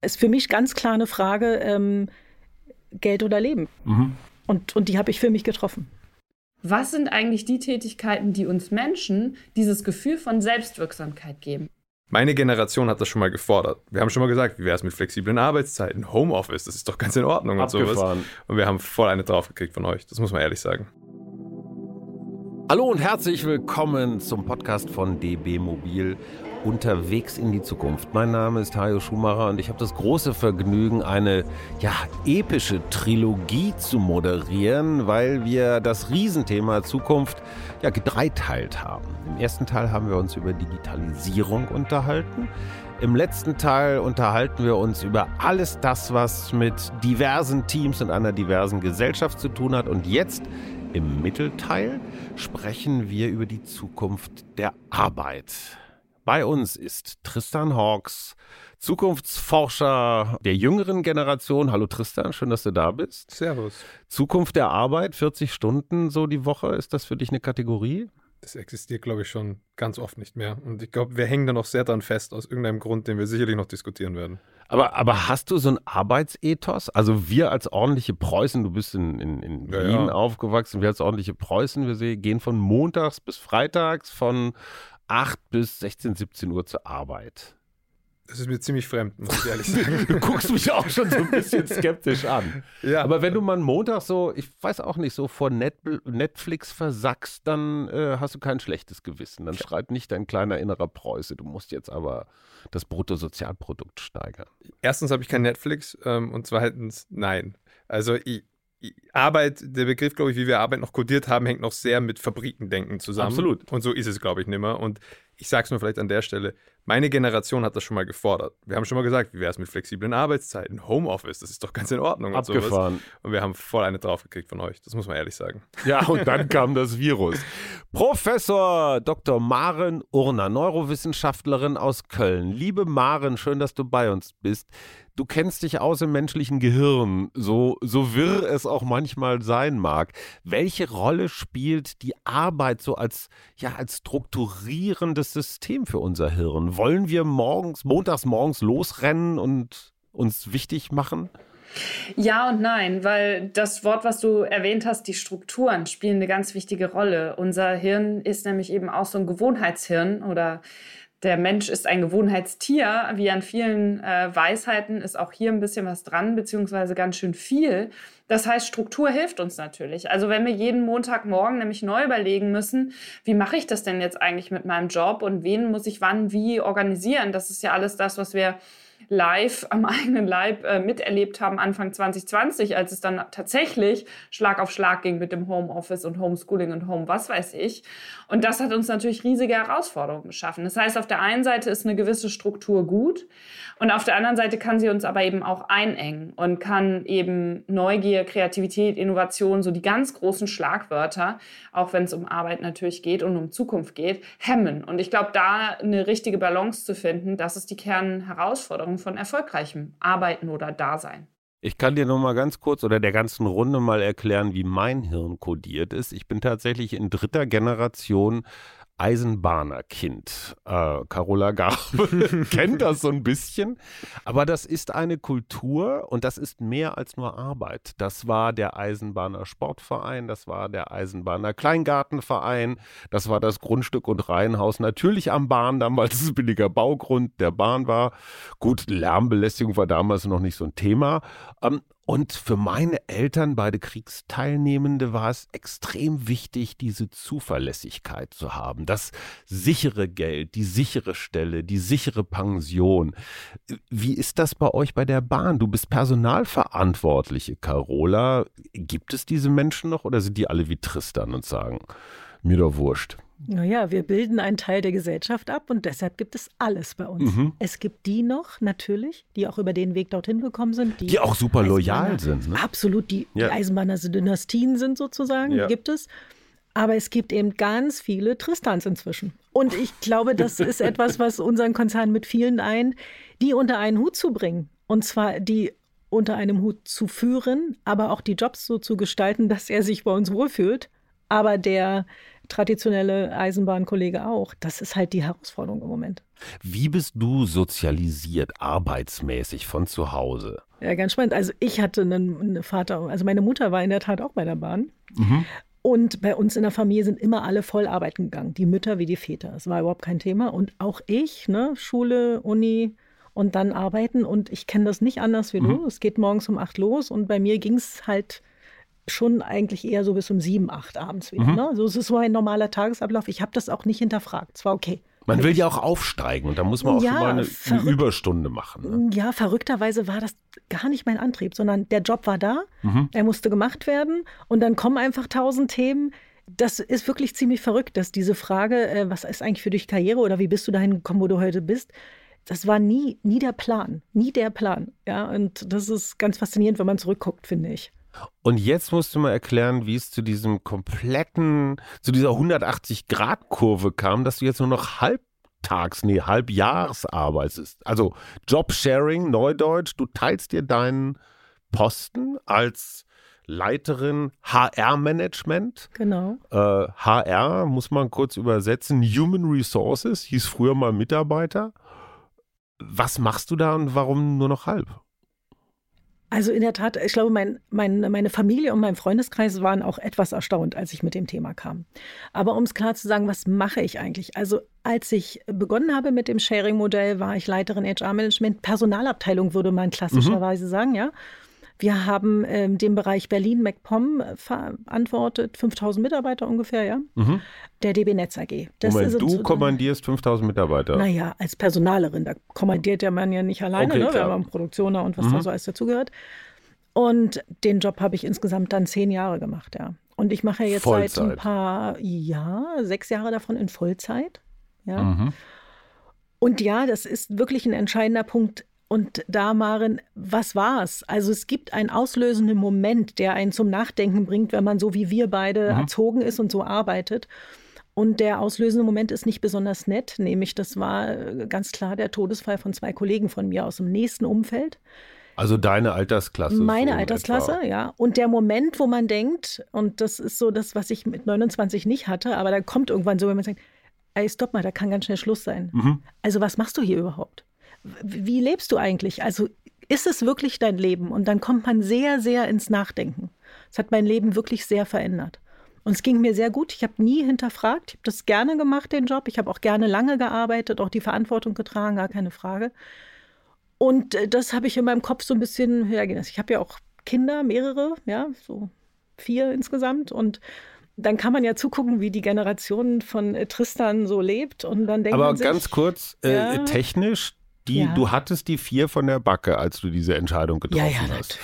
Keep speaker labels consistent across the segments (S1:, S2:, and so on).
S1: Ist für mich ganz klar eine Frage, Geld oder Leben. Und die habe ich für mich getroffen.
S2: Was sind eigentlich die Tätigkeiten, die uns Menschen dieses Gefühl von Selbstwirksamkeit geben?
S3: Meine Generation hat das schon mal gefordert. Wir haben schon mal gesagt, wie wäre es mit flexiblen Arbeitszeiten, Homeoffice, das ist doch ganz in Ordnung und sowas. Und wir haben voll eine draufgekriegt von euch, das muss man ehrlich sagen.
S4: Hallo und herzlich willkommen zum Podcast von DB Mobil, unterwegs in die Zukunft. Mein Name ist Hajo Schumacher und ich habe das große Vergnügen, eine epische Trilogie zu moderieren, weil wir das Riesenthema Zukunft gedreiteilt haben. Im ersten Teil haben wir uns über Digitalisierung unterhalten. Im letzten Teil unterhalten wir uns über alles das, was mit diversen Teams und einer diversen Gesellschaft zu tun hat. Und jetzt im Mittelteil sprechen wir über die Zukunft der Arbeit. Bei uns ist Tristan Hawks, Zukunftsforscher der jüngeren Generation. Hallo Tristan, schön, dass du da bist.
S3: Servus.
S4: Zukunft der Arbeit, 40 Stunden so die Woche, ist das für dich eine Kategorie?
S3: Das existiert, glaube ich, schon ganz oft nicht mehr. Und ich glaube, wir hängen da noch sehr dran fest, aus irgendeinem Grund, den wir sicherlich noch diskutieren werden.
S4: Aber hast du so ein Arbeitsethos? Also wir als ordentliche Preußen, du bist in Wien aufgewachsen, wir als ordentliche Preußen, wir gehen von montags bis freitags von 8 bis 16, 17 Uhr zur Arbeit.
S3: Das ist mir ziemlich fremd, muss ich ehrlich sagen.
S4: Du guckst mich auch schon so ein bisschen skeptisch an.
S3: Ja.
S4: Aber wenn du mal einen Montag so, ich weiß auch nicht, so vor Netflix versackst, dann hast du kein schlechtes Gewissen. Dann schreit nicht dein kleiner innerer Preuße. Du musst jetzt aber das Bruttosozialprodukt steigern.
S3: Erstens habe ich kein Netflix und zweitens nein. Also Arbeit, der Begriff, glaube ich, wie wir Arbeit noch kodiert haben, hängt noch sehr mit Fabrikendenken zusammen.
S4: Absolut.
S3: Und so ist es, glaube ich, nimmer. Und ich sage es nur vielleicht an der Stelle, meine Generation hat das schon mal gefordert. Wir haben schon mal gesagt, wie wäre es mit flexiblen Arbeitszeiten, Homeoffice, das ist doch ganz in Ordnung.
S4: Abgefahren.
S3: Und sowas. Und wir haben voll eine draufgekriegt von euch, das muss man ehrlich sagen.
S4: Ja, und dann kam das Virus. Professor Dr. Maren Urner, Neurowissenschaftlerin aus Köln. Liebe Maren, schön, dass du bei uns bist. Du kennst dich aus im menschlichen Gehirn, so wirr es auch manchmal sein mag. Welche Rolle spielt die Arbeit so als strukturierendes System für unser Hirn? Wollen wir montags morgens losrennen und uns wichtig machen?
S2: Ja und nein, weil das Wort, was du erwähnt hast, die Strukturen spielen eine ganz wichtige Rolle. Unser Hirn ist nämlich eben auch so ein Gewohnheitshirn oder der Mensch ist ein Gewohnheitstier. Wie an vielen Weisheiten ist auch hier ein bisschen was dran, beziehungsweise ganz schön viel. Das heißt, Struktur hilft uns natürlich. Also wenn wir jeden Montagmorgen nämlich neu überlegen müssen, wie mache ich das denn jetzt eigentlich mit meinem Job und wen muss ich wann wie organisieren? Das ist ja alles das, was wir live am eigenen Leib miterlebt haben Anfang 2020, als es dann tatsächlich Schlag auf Schlag ging mit dem Homeoffice und Homeschooling und Home was weiß ich. Und das hat uns natürlich riesige Herausforderungen geschaffen. Das heißt, auf der einen Seite ist eine gewisse Struktur gut und auf der anderen Seite kann sie uns aber eben auch einengen und kann eben Neugier, Kreativität, Innovation, so die ganz großen Schlagwörter, auch wenn es um Arbeit natürlich geht und um Zukunft geht, hemmen. Und ich glaube, da eine richtige Balance zu finden, das ist die Kernherausforderung von erfolgreichem Arbeiten oder Dasein.
S4: Ich kann dir noch mal ganz kurz oder der ganzen Runde mal erklären, wie mein Hirn kodiert ist. Ich bin tatsächlich in 3. Generation Eisenbahnerkind. Carola Garbe kennt das so ein bisschen. Aber das ist eine Kultur und das ist mehr als nur Arbeit. Das war der Eisenbahner Sportverein, das war der Eisenbahner Kleingartenverein, das war das Grundstück und Reihenhaus natürlich am Bahndamm, weil es billiger Baugrund der Bahn war. Gut, Lärmbelästigung war damals noch nicht so ein Thema. Und für meine Eltern, beide Kriegsteilnehmende, war es extrem wichtig, diese Zuverlässigkeit zu haben. Das sichere Geld, die sichere Stelle, die sichere Pension. Wie ist das bei euch bei der Bahn? Du bist Personalverantwortliche, Carola. Gibt es diese Menschen noch oder sind die alle wie Tristan und sagen, mir doch wurscht?
S1: Naja, wir bilden einen Teil der Gesellschaft ab und deshalb gibt es alles bei uns. Es gibt die noch, natürlich, die auch über den Weg dorthin gekommen sind.
S4: Die auch super loyal sind. Ne?
S1: Absolut, die Eisenbahner-Dynastien sind sozusagen, gibt es. Aber es gibt eben ganz viele Tristans inzwischen. Und ich glaube, das ist etwas, was unseren Konzern mit vielen eint, die unter einen Hut zu bringen. Und zwar die unter einem Hut zu führen, aber auch die Jobs so zu gestalten, dass er sich bei uns wohlfühlt. Aber der traditionelle Eisenbahnkollege auch. Das ist halt die Herausforderung im Moment.
S4: Wie bist du sozialisiert, arbeitsmäßig von zu Hause?
S1: Ja, ganz spannend. Also ich hatte einen Vater, also meine Mutter war in der Tat auch bei der Bahn. Und bei uns in der Familie sind immer alle voll arbeiten gegangen, die Mütter wie die Väter. Das war überhaupt kein Thema. Und auch ich, Schule, Uni und dann arbeiten. Und ich kenne das nicht anders wie du. Es geht morgens um 8 los und bei mir ging es halt schon eigentlich eher so bis um 7, 8 abends wieder. So, es ist so ein normaler Tagesablauf. Ich habe das auch nicht hinterfragt. Es war okay.
S4: Man will ja auch aufsteigen und da muss man auch schon mal eine Überstunde machen.
S1: Ja, verrückterweise war das gar nicht mein Antrieb, sondern der Job war da, er musste gemacht werden und dann kommen einfach 1000 Themen. Das ist wirklich ziemlich verrückt, dass diese Frage, was ist eigentlich für dich Karriere oder wie bist du dahin gekommen, wo du heute bist, das war nie der Plan, Ja, und das ist ganz faszinierend, wenn man zurückguckt, finde ich.
S4: Und jetzt musst du mal erklären, wie es zu dieser 180-Grad-Kurve kam, dass du jetzt nur noch halbjahrs arbeitest. Also Jobsharing, Neudeutsch, du teilst dir deinen Posten als Leiterin HR-Management.
S1: Genau.
S4: HR muss man kurz übersetzen, Human Resources, hieß früher mal Mitarbeiter. Was machst du da und warum nur noch halb?
S1: Also in der Tat, ich glaube, meine Familie und mein Freundeskreis waren auch etwas erstaunt, als ich mit dem Thema kam. Aber um es klar zu sagen, was mache ich eigentlich? Also als ich begonnen habe mit dem Sharing-Modell, war ich Leiterin HR-Management, Personalabteilung würde man klassischerweise sagen, ja. Wir haben den Bereich Berlin-MacPom verantwortet, 5.000 Mitarbeiter ungefähr, ja. Der DB Netz AG.
S4: Du kommandierst 5.000 Mitarbeiter?
S1: Naja, als Personalerin, da kommandiert der Mann ja nicht alleine,
S4: okay,
S1: wir haben Produktioner und was da so alles dazugehört. Und den Job habe ich insgesamt dann 10 Jahre gemacht, ja. Und ich mache jetzt
S4: Vollzeit.
S1: seit 6 Jahre davon in Vollzeit, ja. Und ja, das ist wirklich ein entscheidender Punkt. Und da, Maren, was war's? Also es gibt einen auslösenden Moment, der einen zum Nachdenken bringt, wenn man so wie wir beide erzogen ist und so arbeitet. Und der auslösende Moment ist nicht besonders nett, nämlich das war ganz klar der Todesfall von 2 Kollegen von mir aus dem nächsten Umfeld.
S4: Also deine Altersklasse?
S1: Meine Altersklasse, etwa. Ja. Und der Moment, wo man denkt, und das ist so das, was ich mit 29 nicht hatte, aber da kommt irgendwann so, wenn man sagt, ey, stopp mal, da kann ganz schnell Schluss sein. Also was machst du hier überhaupt? Wie lebst du eigentlich? Also ist es wirklich dein Leben? Und dann kommt man sehr, sehr ins Nachdenken. Es hat mein Leben wirklich sehr verändert. Und es ging mir sehr gut. Ich habe nie hinterfragt. Ich habe das gerne gemacht, den Job. Ich habe auch gerne lange gearbeitet, auch die Verantwortung getragen, gar keine Frage. Und das habe ich in meinem Kopf so ein bisschen hergelassen. Ich habe ja auch Kinder, mehrere, ja, so 4 insgesamt. Und dann kann man ja zugucken, wie die Generation von Tristan so lebt. Und dann denkt man sich,
S4: ganz kurz, technisch, du hattest die 4 von der Backe, als du diese Entscheidung getroffen hast.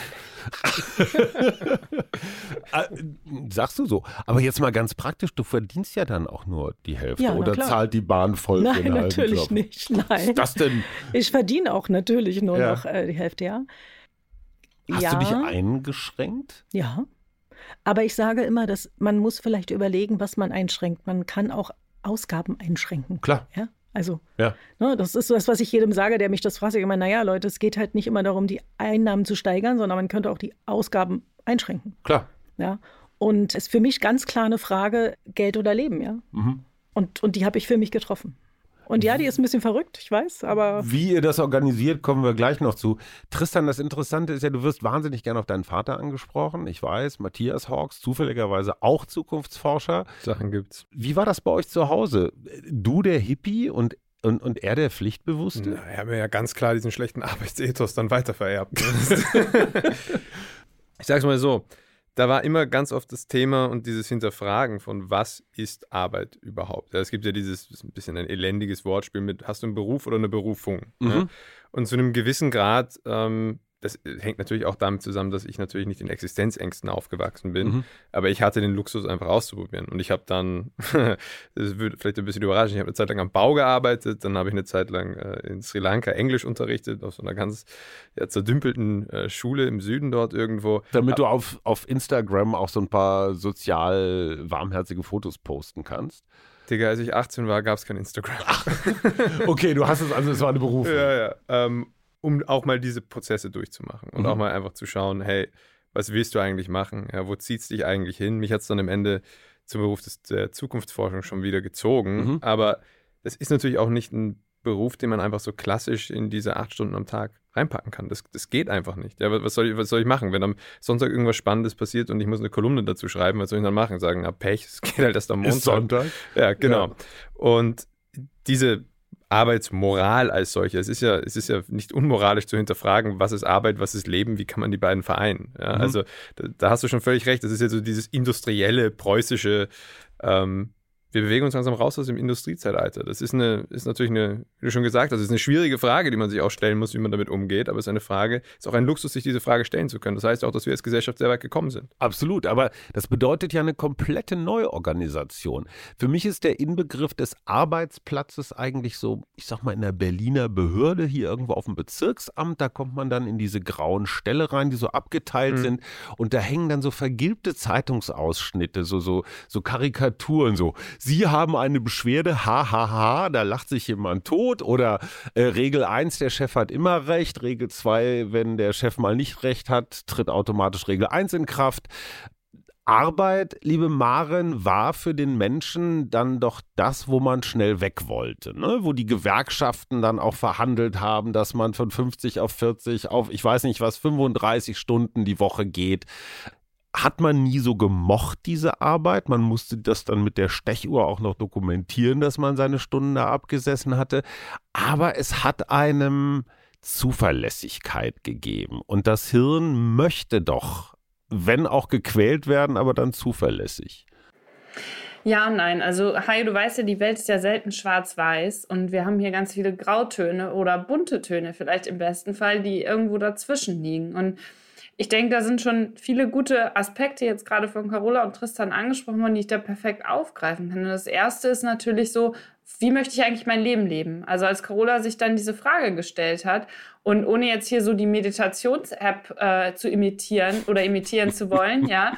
S4: Sagst du so. Aber jetzt mal ganz praktisch, du verdienst ja dann auch nur die Hälfte. Ja, oder zahlt die Bahn voll für den halben Job?
S1: Nein, natürlich nicht. Nein.
S4: Was ist das denn?
S1: Ich verdiene auch natürlich nur noch die Hälfte, ja.
S4: Hast du dich eingeschränkt?
S1: Ja. Aber ich sage immer, dass man muss vielleicht überlegen, was man einschränkt. Man kann auch Ausgaben einschränken.
S4: Klar.
S1: Ja. Also, das ist das, was ich jedem sage, der mich das fragt. Ich meine, naja, Leute, es geht halt nicht immer darum, die Einnahmen zu steigern, sondern man könnte auch die Ausgaben einschränken.
S4: Klar.
S1: Ja. Und es ist für mich ganz klar eine Frage, Geld oder Leben, ja. Und die habe ich für mich getroffen. Und ja, die ist ein bisschen verrückt, ich weiß, aber...
S4: Wie ihr das organisiert, kommen wir gleich noch zu. Tristan, das Interessante ist ja, du wirst wahnsinnig gerne auf deinen Vater angesprochen. Ich weiß, Matthias Hawks, zufälligerweise auch Zukunftsforscher.
S3: Sachen gibt's.
S4: Wie war das bei euch zu Hause? Du der Hippie und er der Pflichtbewusste?
S3: Na, er hat mir ja ganz klar diesen schlechten Arbeitsethos dann weitervererbt. Ich sag's mal so, da war immer ganz oft das Thema und dieses Hinterfragen von, was ist Arbeit überhaupt? Es gibt ja dieses ein bisschen ein elendiges Wortspiel mit, hast du einen Beruf oder eine Berufung? Ne? Und zu einem gewissen Grad, das hängt natürlich auch damit zusammen, dass ich natürlich nicht in Existenzängsten aufgewachsen bin, aber ich hatte den Luxus einfach auszuprobieren und ich habe dann, das würde vielleicht ein bisschen überraschen, ich habe eine Zeit lang am Bau gearbeitet, dann habe ich eine Zeit lang in Sri Lanka Englisch unterrichtet, auf so einer ganz zerdümpelten Schule im Süden dort irgendwo.
S4: Damit du auf Instagram auch so ein paar sozial warmherzige Fotos posten kannst.
S3: Digga, als ich 18 war, gab es kein Instagram.
S4: Okay, du hast es, also es war eine Berufung.
S3: Ja. Um auch mal diese Prozesse durchzumachen und auch mal einfach zu schauen, hey, was willst du eigentlich machen? Ja, wo zieht es dich eigentlich hin? Mich hat es dann am Ende zum Beruf der Zukunftsforschung schon wieder gezogen. Aber das ist natürlich auch nicht ein Beruf, den man einfach so klassisch in diese 8 Stunden am Tag reinpacken kann. Das geht einfach nicht. Ja, was soll ich machen? Wenn am Sonntag irgendwas Spannendes passiert und ich muss eine Kolumne dazu schreiben, was soll ich dann machen? Sagen, na Pech, es geht halt erst am Montag.
S4: Ist Sonntag.
S3: Ja, genau. Ja. Und diese Arbeitsmoral als solche, es ist ja nicht unmoralisch zu hinterfragen, was ist Arbeit, was ist Leben, wie kann man die beiden vereinen? Ja, also da hast du schon völlig recht. Das ist ja so dieses industrielle, preußische wir bewegen uns langsam raus aus dem Industriezeitalter. Das ist natürlich wie du schon gesagt hast, ist eine schwierige Frage, die man sich auch stellen muss, wie man damit umgeht. Aber es ist ist auch ein Luxus, sich diese Frage stellen zu können. Das heißt auch, dass wir als Gesellschaft sehr weit gekommen sind.
S4: Absolut, aber das bedeutet ja eine komplette Neuorganisation. Für mich ist der Inbegriff des Arbeitsplatzes eigentlich so, ich sag mal, in der Berliner Behörde, hier irgendwo auf dem Bezirksamt, da kommt man dann in diese grauen Ställe rein, die so abgeteilt sind und da hängen dann so vergilbte Zeitungsausschnitte, so Karikaturen, so Sie haben eine Beschwerde, ha, da lacht sich jemand tot oder Regel 1, der Chef hat immer recht, Regel 2, wenn der Chef mal nicht recht hat, tritt automatisch Regel 1 in Kraft. Arbeit, liebe Maren, war für den Menschen dann doch das, wo man schnell weg wollte, ne? Wo die Gewerkschaften dann auch verhandelt haben, dass man von 50 auf 40 auf, ich weiß nicht was, 35 Stunden die Woche geht. Hat man nie so gemocht, diese Arbeit. Man musste das dann mit der Stechuhr auch noch dokumentieren, dass man seine Stunden da abgesessen hatte. Aber es hat einem Zuverlässigkeit gegeben. Und das Hirn möchte doch, wenn auch gequält werden, aber dann zuverlässig.
S2: Ja und nein. Also, Hajo, du weißt ja, die Welt ist ja selten schwarz-weiß und wir haben hier ganz viele Grautöne oder bunte Töne vielleicht im besten Fall, die irgendwo dazwischen liegen. Und ich denke, da sind schon viele gute Aspekte jetzt gerade von Carola und Tristan angesprochen worden, die ich da perfekt aufgreifen kann. Und das Erste ist natürlich so, wie möchte ich eigentlich mein Leben leben? Also als Carola sich dann diese Frage gestellt hat und ohne jetzt hier so die Meditations-App zu imitieren zu wollen, ja,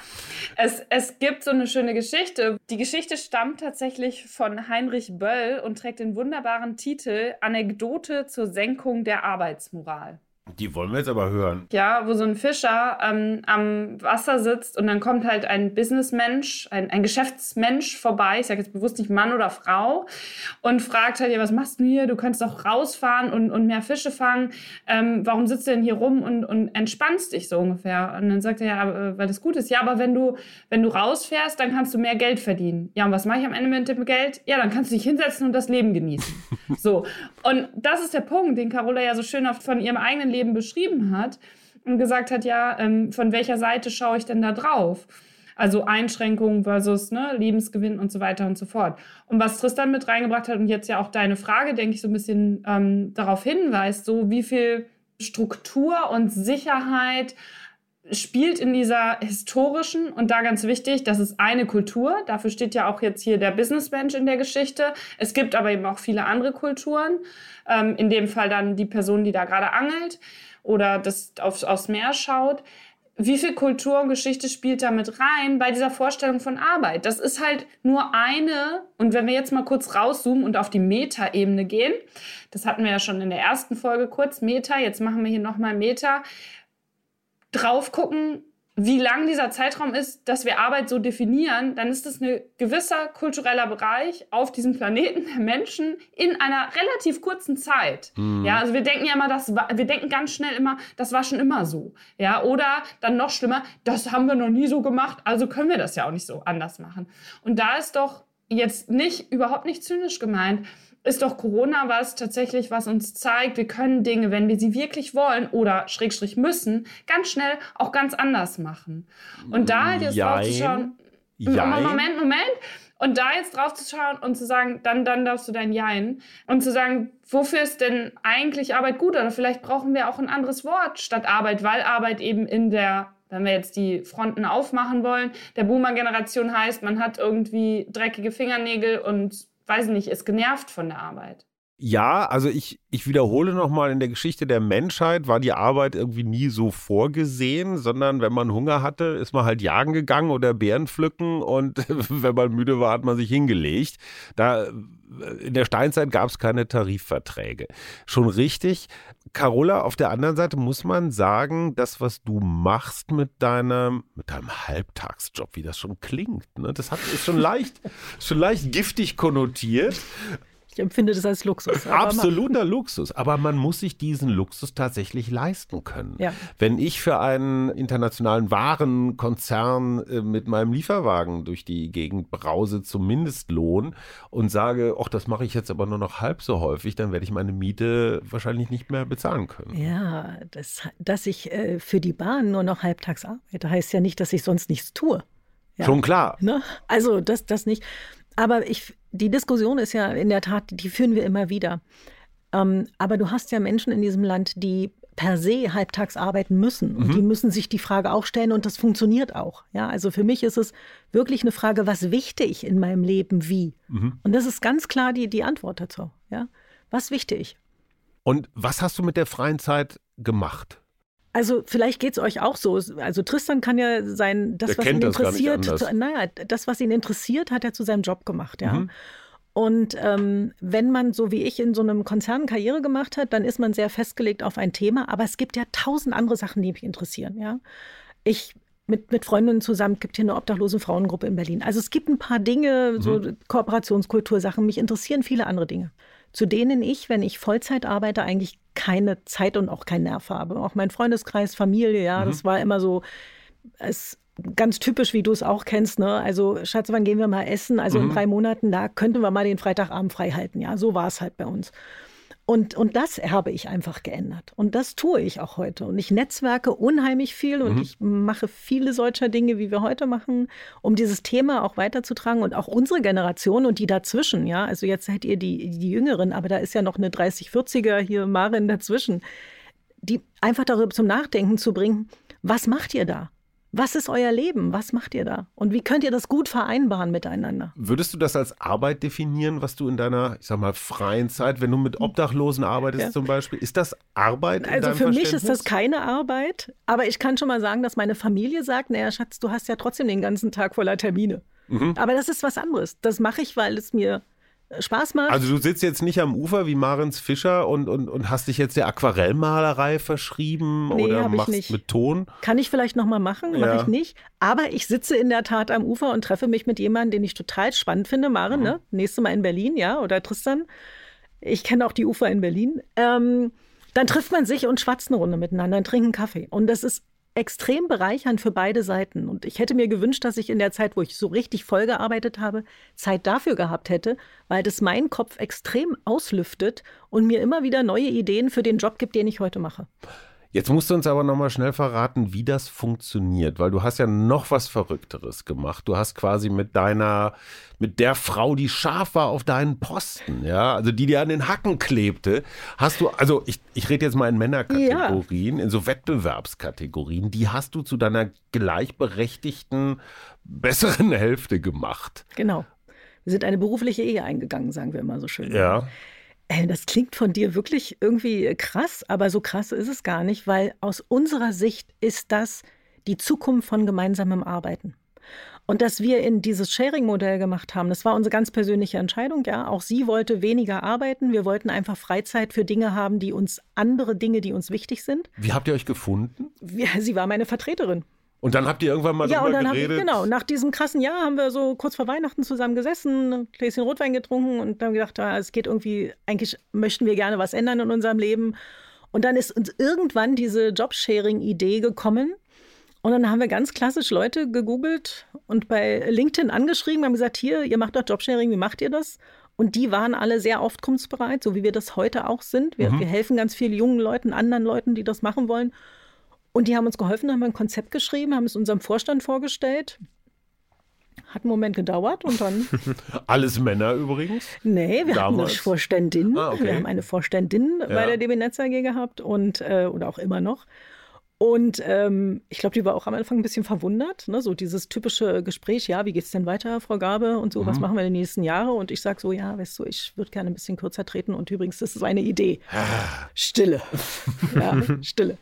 S2: es gibt so eine schöne Geschichte. Die Geschichte stammt tatsächlich von Heinrich Böll und trägt den wunderbaren Titel Anekdote zur Senkung der Arbeitsmoral.
S4: Die wollen wir jetzt aber hören.
S2: Ja, wo so ein Fischer am Wasser sitzt und dann kommt halt ein Businessmensch, ein Geschäftsmensch vorbei, ich sage jetzt bewusst nicht Mann oder Frau, und fragt halt, ja, was machst du hier? Du kannst doch rausfahren und mehr Fische fangen. Warum sitzt du denn hier rum und entspannst dich so ungefähr? Und dann sagt er, ja, weil das gut ist. Ja, aber wenn du rausfährst, dann kannst du mehr Geld verdienen. Ja, und was mache ich am Ende mit dem Geld? Ja, dann kannst du dich hinsetzen und das Leben genießen. So, und das ist der Punkt, den Carola ja so schön oft von ihrem eigenen Leben beschrieben hat und gesagt hat, ja, von welcher Seite schaue ich denn da drauf? Also Einschränkungen versus Lebensgewinn und so weiter und so fort. Und was Tristan mit reingebracht hat und jetzt ja auch deine Frage, denke ich, so ein bisschen darauf hinweist, so wie viel Struktur und Sicherheit spielt in dieser historischen, und da ganz wichtig, das ist eine Kultur, dafür steht ja auch jetzt hier der Businessmensch in der Geschichte. Es gibt aber eben auch viele andere Kulturen, in dem Fall dann die Person, die da gerade angelt oder das aufs Meer schaut. Wie viel Kultur und Geschichte spielt da mit rein bei dieser Vorstellung von Arbeit? Das ist halt nur eine, und wenn wir jetzt mal kurz rauszoomen und auf die Meta-Ebene gehen, das hatten wir ja schon in der ersten Folge kurz, Meta, jetzt machen wir hier nochmal Meta, drauf gucken, wie lang dieser Zeitraum ist, dass wir Arbeit so definieren, dann ist das ein gewisser kultureller Bereich auf diesem Planeten der Menschen in einer relativ kurzen Zeit. Ja, also wir denken ja immer, wir denken ganz schnell immer, das war schon immer so. Ja, oder dann noch schlimmer, das haben wir noch nie so gemacht, also können wir das ja auch nicht so anders machen. Und da ist doch jetzt überhaupt nicht zynisch gemeint, ist doch Corona tatsächlich, was uns zeigt, wir können Dinge, wenn wir sie wirklich wollen oder / müssen, ganz schnell auch ganz anders machen. Und da halt jetzt drauf zu schauen, Moment, und da jetzt drauf zu schauen und zu sagen, dann darfst du dein Jein, und zu sagen, wofür ist denn eigentlich Arbeit gut? Oder vielleicht brauchen wir auch ein anderes Wort statt Arbeit, weil Arbeit eben wenn wir jetzt die Fronten aufmachen wollen, der Boomer-Generation heißt, man hat irgendwie dreckige Fingernägel und weiß nicht, ist genervt von der Arbeit.
S4: Ja, also ich wiederhole nochmal, in der Geschichte der Menschheit war die Arbeit irgendwie nie so vorgesehen, sondern wenn man Hunger hatte, ist man halt jagen gegangen oder Beeren pflücken, und wenn man müde war, hat man sich hingelegt. In der Steinzeit gab es keine Tarifverträge. Schon richtig, Carola, auf der anderen Seite muss man sagen, das, was du machst mit deinem Halbtagsjob, wie das schon klingt, ne? Ist schon leicht giftig konnotiert.
S1: Ich empfinde das als Luxus.
S4: Absoluter Luxus. Aber man muss sich diesen Luxus tatsächlich leisten können. Ja. Wenn ich für einen internationalen Warenkonzern mit meinem Lieferwagen durch die Gegend brause zum Mindestlohn und sage, ach, das mache ich jetzt aber nur noch halb so häufig, dann werde ich meine Miete wahrscheinlich nicht mehr bezahlen können.
S1: Ja, dass ich für die Bahn nur noch halbtags arbeite, heißt ja nicht, dass ich sonst nichts tue. Ja.
S4: Schon klar.
S1: Ne? Also das nicht. Aber die Diskussion ist ja in der Tat, die führen wir immer wieder. Aber du hast ja Menschen in diesem Land, die per se halbtags arbeiten müssen. Und die müssen sich die Frage auch stellen und das funktioniert auch. Ja, also für mich ist es wirklich eine Frage, was wichtig in meinem Leben wie? Und das ist ganz klar die Antwort dazu. Ja? Was wichtig?
S4: Und was hast du mit der freien Zeit gemacht?
S1: Also vielleicht geht es euch auch so. Also Tristan kann ja sein, das, was ihn interessiert, das, was ihn interessiert, hat er zu seinem Job gemacht, ja. Und wenn man, so wie ich, in so einem Konzern Karriere gemacht hat, dann ist man sehr festgelegt auf ein Thema. Aber es gibt ja 1000 andere Sachen, die mich interessieren, ja. Ich mit Freundinnen zusammen, gibt hier eine obdachlose Frauengruppe in Berlin. Also es gibt ein paar Dinge, so Kooperationskultursachen. Mich interessieren viele andere Dinge, zu denen ich, wenn ich Vollzeit arbeite, eigentlich keine Zeit und auch keinen Nerv habe. Auch mein Freundeskreis, Familie, ja, das war immer so, ganz typisch, wie du es auch kennst, ne? Also, Schatz, wann gehen wir mal essen? Also in 3 Monaten, da könnten wir mal den Freitagabend frei halten, ja, so war es halt bei uns. Und das habe ich einfach geändert. Und das tue ich auch heute. Und ich netzwerke unheimlich viel und ich mache viele solcher Dinge, wie wir heute machen, um dieses Thema auch weiterzutragen und auch unsere Generation und die dazwischen. Ja, also jetzt seid ihr die Jüngeren, aber da ist ja noch eine 30-40er hier, Maren, dazwischen, die einfach darüber zum Nachdenken zu bringen, was macht ihr da? Was ist euer Leben? Was macht ihr da? Und wie könnt ihr das gut vereinbaren miteinander?
S4: Würdest du das als Arbeit definieren, was du in deiner, ich sag mal, freien Zeit, wenn du mit Obdachlosen arbeitest zum Beispiel, ist das Arbeit in deinem
S1: Also für mich ist das keine Arbeit, aber ich kann schon mal sagen, dass meine Familie sagt, naja, Schatz, du hast ja trotzdem den ganzen Tag voller Termine. Aber das ist was anderes. Das mache ich, weil es mir Spaß macht.
S4: Also du sitzt jetzt nicht am Ufer wie Marens Fischer und hast dich jetzt der Aquarellmalerei verschrieben oder machst mit Ton?
S1: Kann ich vielleicht noch mal machen, mache ich nicht. Aber ich sitze in der Tat am Ufer und treffe mich mit jemandem, den ich total spannend finde, Maren, ne? Nächstes Mal in Berlin, ja, oder Tristan. Ich kenne auch die Ufer in Berlin. Dann trifft man sich und schwatzt eine Runde miteinander und trinkt einen Kaffee. Und das ist extrem bereichernd für beide Seiten. Und ich hätte mir gewünscht, dass ich in der Zeit, wo ich so richtig voll gearbeitet habe, Zeit dafür gehabt hätte, weil das meinen Kopf extrem auslüftet und mir immer wieder neue Ideen für den Job gibt, den ich heute mache.
S4: Jetzt musst du uns aber nochmal schnell verraten, wie das funktioniert, weil du hast ja noch was Verrückteres gemacht. Du hast quasi mit der Frau, die scharf war auf deinen Posten, ja, also die dir an den Hacken klebte, hast du, also ich rede jetzt mal in Männerkategorien, in so Wettbewerbskategorien, die hast du zu deiner gleichberechtigten, besseren Hälfte gemacht.
S1: Genau. Wir sind eine berufliche Ehe eingegangen, sagen wir immer so schön.
S4: Ja.
S1: Das klingt von dir wirklich irgendwie krass, aber so krass ist es gar nicht, weil aus unserer Sicht ist das die Zukunft von gemeinsamem Arbeiten. Und dass wir in dieses Sharing-Modell gemacht haben, das war unsere ganz persönliche Entscheidung. Ja, auch sie wollte weniger arbeiten. Wir wollten einfach Freizeit für Dinge haben, die uns wichtig sind.
S4: Wie habt ihr euch gefunden?
S1: Sie war meine Vertreterin.
S4: Und dann habt ihr irgendwann mal drüber geredet?
S1: Genau, nach diesem krassen Jahr haben wir so kurz vor Weihnachten zusammen gesessen, ein Gläschen Rotwein getrunken und dann gedacht, es geht irgendwie, eigentlich möchten wir gerne was ändern in unserem Leben. Und dann ist uns irgendwann diese Jobsharing-Idee gekommen. Und dann haben wir ganz klassisch Leute gegoogelt und bei LinkedIn angeschrieben, haben gesagt, hier, ihr macht doch Jobsharing, wie macht ihr das? Und die waren alle sehr aufkunftsbereit, so wie wir das heute auch sind. Wir helfen ganz vielen jungen Leuten, anderen Leuten, die das machen wollen. Und die haben uns geholfen, haben ein Konzept geschrieben, haben es unserem Vorstand vorgestellt. Hat einen Moment gedauert und dann...
S4: Alles Männer übrigens?
S1: Nee, wir haben eine Vorständin.
S4: Okay.
S1: Wir haben eine Vorständin bei der DB Netz AG gehabt und oder auch immer noch. Und ich glaube, die war auch am Anfang ein bisschen verwundert. Ne? So dieses typische Gespräch, ja, wie geht's denn weiter, Frau Gabe? Und so, was machen wir in den nächsten Jahren? Und ich sage so, ja, weißt du, ich würde gerne ein bisschen kürzer treten. Und übrigens, das ist eine Idee. Stille. Ja, Stille.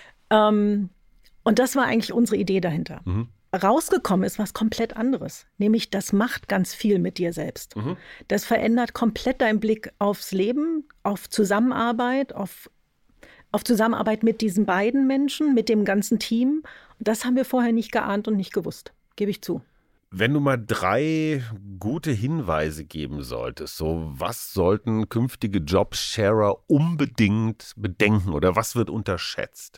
S1: Und das war eigentlich unsere Idee dahinter. Rausgekommen ist was komplett anderes. Nämlich, das macht ganz viel mit dir selbst. Das verändert komplett deinen Blick aufs Leben, auf Zusammenarbeit, auf auf Zusammenarbeit mit diesen beiden Menschen, mit dem ganzen Team. Das haben wir vorher nicht geahnt und nicht gewusst, gebe ich zu.
S4: Wenn du mal 3 gute Hinweise geben solltest, so was sollten künftige Jobsharer unbedingt bedenken oder was wird unterschätzt?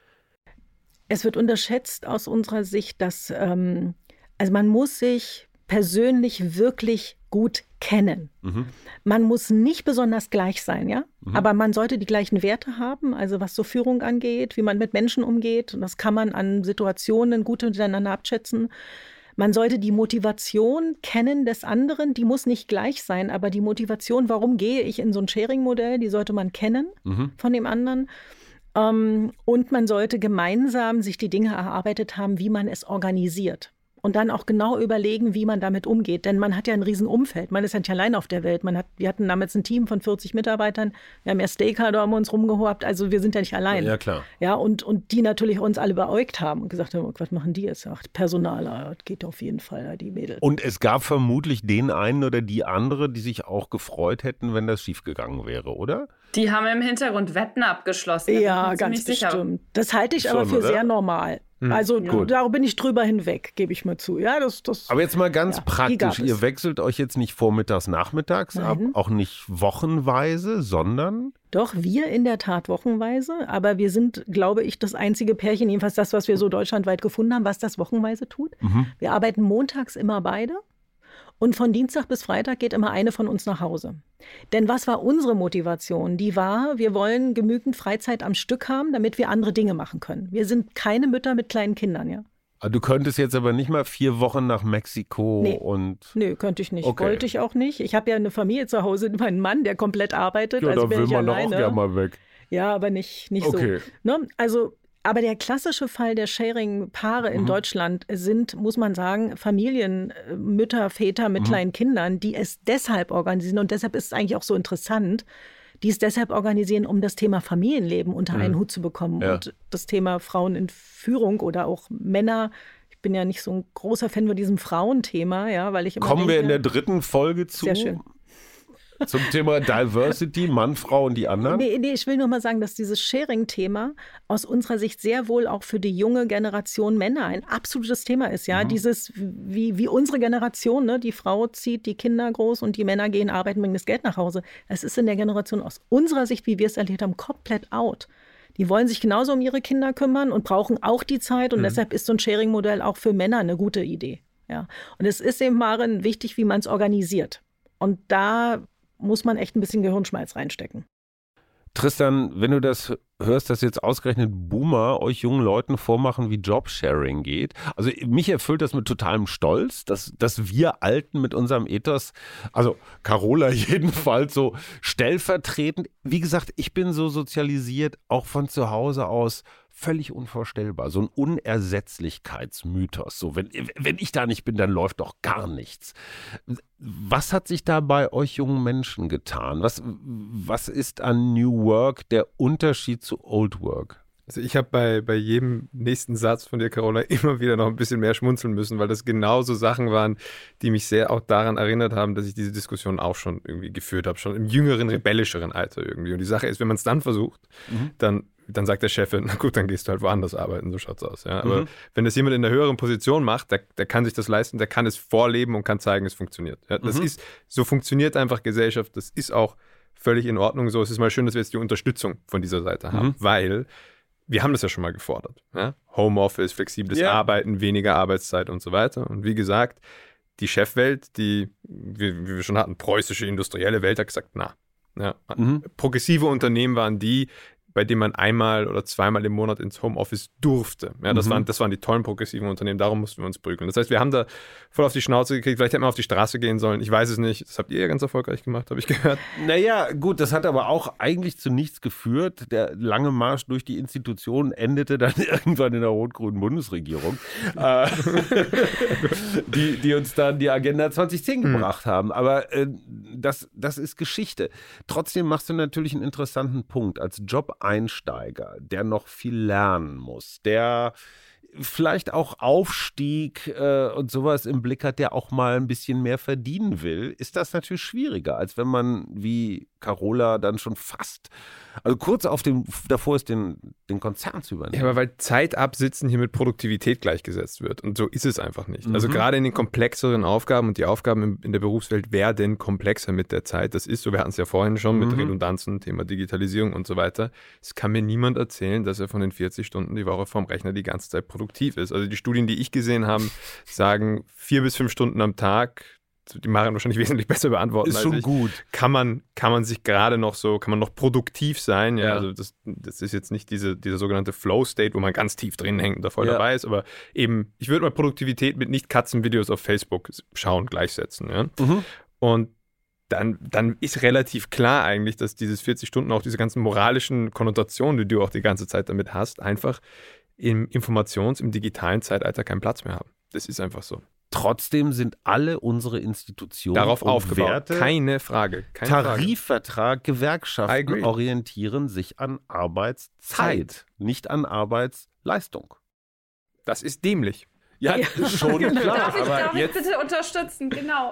S1: Es wird unterschätzt aus unserer Sicht, dass also man muss sich persönlich wirklich gut kennen. Man muss nicht besonders gleich sein, ja, aber man sollte die gleichen Werte haben, also was so Führung angeht, wie man mit Menschen umgeht. Und das kann man an Situationen gut miteinander abschätzen. Man sollte die Motivation kennen des anderen, die muss nicht gleich sein, aber die Motivation, warum gehe ich in so ein Sharing-Modell, die sollte man kennen von dem anderen. Und man sollte gemeinsam sich die Dinge erarbeitet haben, wie man es organisiert. Und dann auch genau überlegen, wie man damit umgeht. Denn man hat ja ein Riesenumfeld. Man ist ja nicht allein auf der Welt. Wir hatten damals ein Team von 40 Mitarbeitern. Wir haben ja Stakeholder um uns rumgehobt. Also wir sind ja nicht allein.
S4: Ja, klar.
S1: Ja, und die natürlich uns alle beäugt haben und gesagt haben, was machen die jetzt? Ach, Personaler, das geht auf jeden Fall, die Mädels.
S4: Und es gab vermutlich den einen oder die andere, die sich auch gefreut hätten, wenn das schiefgegangen wäre, oder?
S2: Die haben im Hintergrund Wetten abgeschlossen.
S1: Ja, ganz bestimmt. Das halte ich aber für sehr normal. Also da bin ich drüber hinweg, gebe ich mal zu. Ja, das,
S4: aber jetzt mal ganz praktisch, ihr wechselt euch jetzt nicht vormittags, nachmittags ab, auch nicht wochenweise, sondern?
S1: Doch, wir in der Tat wochenweise, aber wir sind, glaube ich, das einzige Pärchen, jedenfalls das, was wir so deutschlandweit gefunden haben, was das wochenweise tut. Wir arbeiten montags immer beide. Und von Dienstag bis Freitag geht immer eine von uns nach Hause. Denn was war unsere Motivation? Die war, wir wollen genügend Freizeit am Stück haben, damit wir andere Dinge machen können. Wir sind keine Mütter mit kleinen Kindern, ja.
S4: Du könntest jetzt aber nicht mal 4 Wochen nach Mexiko
S1: Nee, könnte ich nicht. Okay. Wollte ich auch nicht. Ich habe ja eine Familie zu Hause, meinen Mann, der komplett arbeitet.
S4: Ja,
S1: also
S4: da will man doch auch gerne mal weg.
S1: Ja, aber nicht
S4: okay.
S1: So. Ne? Also aber der klassische Fall der Sharing-Paare in Deutschland sind, muss man sagen, Familien, Mütter, Väter mit kleinen Kindern, die es deshalb organisieren. Und deshalb ist es eigentlich auch so interessant, die es deshalb organisieren, um das Thema Familienleben unter einen Hut zu bekommen. Ja. Und das Thema Frauen in Führung oder auch Männer. Ich bin ja nicht so ein großer Fan von diesem Frauenthema, ja, weil ich immer
S4: Kommen wir in der 3. Folge zu?
S1: Sehr schön.
S4: Zum Thema Diversity, Mann, Frau und die anderen?
S1: Nee, ich will nur mal sagen, dass dieses Sharing-Thema aus unserer Sicht sehr wohl auch für die junge Generation Männer ein absolutes Thema ist. Ja, dieses, wie unsere Generation, ne? Die Frau zieht die Kinder groß und die Männer gehen arbeiten, bringen das Geld nach Hause. Es ist in der Generation aus unserer Sicht, wie wir es erlebt haben, komplett out. Die wollen sich genauso um ihre Kinder kümmern und brauchen auch die Zeit. Und deshalb ist so ein Sharing-Modell auch für Männer eine gute Idee. Ja. Und es ist eben, Maren, wichtig, wie man es organisiert. Und da muss man echt ein bisschen Gehirnschmalz reinstecken.
S4: Tristan, wenn du das hörst, dass jetzt ausgerechnet Boomer euch jungen Leuten vormachen, wie Jobsharing geht. Also mich erfüllt das mit totalem Stolz, dass wir Alten mit unserem Ethos, also Carola jedenfalls so stellvertretend, wie gesagt, ich bin so sozialisiert, auch von zu Hause aus, völlig unvorstellbar. So ein Unersetzlichkeitsmythos. So, wenn ich da nicht bin, dann läuft doch gar nichts. Was hat sich da bei euch jungen Menschen getan? Was ist an New Work der Unterschied zu Old Work?
S3: Also ich habe bei jedem nächsten Satz von dir, Carola, immer wieder noch ein bisschen mehr schmunzeln müssen, weil das genauso Sachen waren, die mich sehr auch daran erinnert haben, dass ich diese Diskussion auch schon irgendwie geführt habe, schon im jüngeren, rebellischeren Alter irgendwie. Und die Sache ist, wenn man es dann versucht, dann sagt der Chef, na gut, dann gehst du halt woanders arbeiten, so schaut's aus. Ja? Aber wenn das jemand in der höheren Position macht, der kann sich das leisten, der kann es vorleben und kann zeigen, es funktioniert. Ja? Das ist, so funktioniert einfach Gesellschaft, das ist auch völlig in Ordnung so. Es ist mal schön, dass wir jetzt die Unterstützung von dieser Seite haben, weil wir haben das ja schon mal gefordert. Ja? Homeoffice, flexibles Arbeiten, weniger Arbeitszeit und so weiter. Und wie gesagt, die Chefwelt, die, wie wir schon hatten, preußische industrielle Welt, hat gesagt, na. Ja. Progressive Unternehmen waren die, bei dem man einmal oder zweimal im Monat ins Homeoffice durfte. Ja, das waren die tollen progressiven Unternehmen, darum mussten wir uns prügeln. Das heißt, wir haben da voll auf die Schnauze gekriegt, vielleicht hätten wir auf die Straße gehen sollen, ich weiß es nicht, das habt ihr ja ganz erfolgreich gemacht, habe ich gehört.
S4: Naja, gut, das hat aber auch eigentlich zu nichts geführt. Der lange Marsch durch die Institutionen endete dann irgendwann in der rot-grünen Bundesregierung, die uns dann die Agenda 2010 gebracht haben. Aber das ist Geschichte. Trotzdem machst du natürlich einen interessanten Punkt. Als Job-Einsteiger, der noch viel lernen muss, der vielleicht auch Aufstieg und sowas im Blick hat, der auch mal ein bisschen mehr verdienen will, ist das natürlich schwieriger, als wenn man, wie Carola dann schon fast, also kurz davor ist, den Konzern zu übernehmen.
S3: Ja, aber weil Zeit absitzen hier mit Produktivität gleichgesetzt wird. Und so ist es einfach nicht. Also gerade in den komplexeren Aufgaben, und die Aufgaben in der Berufswelt werden komplexer mit der Zeit. Das ist so, wir hatten es ja vorhin schon mit Redundanzen, Thema Digitalisierung und so weiter. Es kann mir niemand erzählen, dass er von den 40 Stunden die Woche vorm Rechner die ganze Zeit produktiv ist. Also die Studien, die ich gesehen habe, sagen 4 bis 5 Stunden am Tag. Die Maren wahrscheinlich wesentlich besser beantworten
S4: ist schon
S3: als ich.
S4: Gut.
S3: Kann man sich gerade noch so, kann man noch produktiv sein. Ja. Also das ist jetzt nicht dieser sogenannte Flow-State, wo man ganz tief drin hängt und da voll dabei ist, aber eben, ich würde mal Produktivität mit Nicht-Katzenvideos auf Facebook schauen gleichsetzen. Ja. Und dann ist relativ klar eigentlich, dass dieses 40 Stunden auch diese ganzen moralischen Konnotationen, die du auch die ganze Zeit damit hast, einfach im digitalen Zeitalter keinen Platz mehr haben. Das ist einfach so.
S4: Trotzdem sind alle unsere Institutionen
S3: darauf aufgebaut.
S4: Werte,
S3: keine Frage.
S4: Tarifvertrag, Gewerkschaften orientieren sich an Arbeitszeit, nicht an Arbeitsleistung.
S3: Das ist dämlich.
S4: Ja, schon klar.
S2: Darf ich bitte unterstützen? Genau.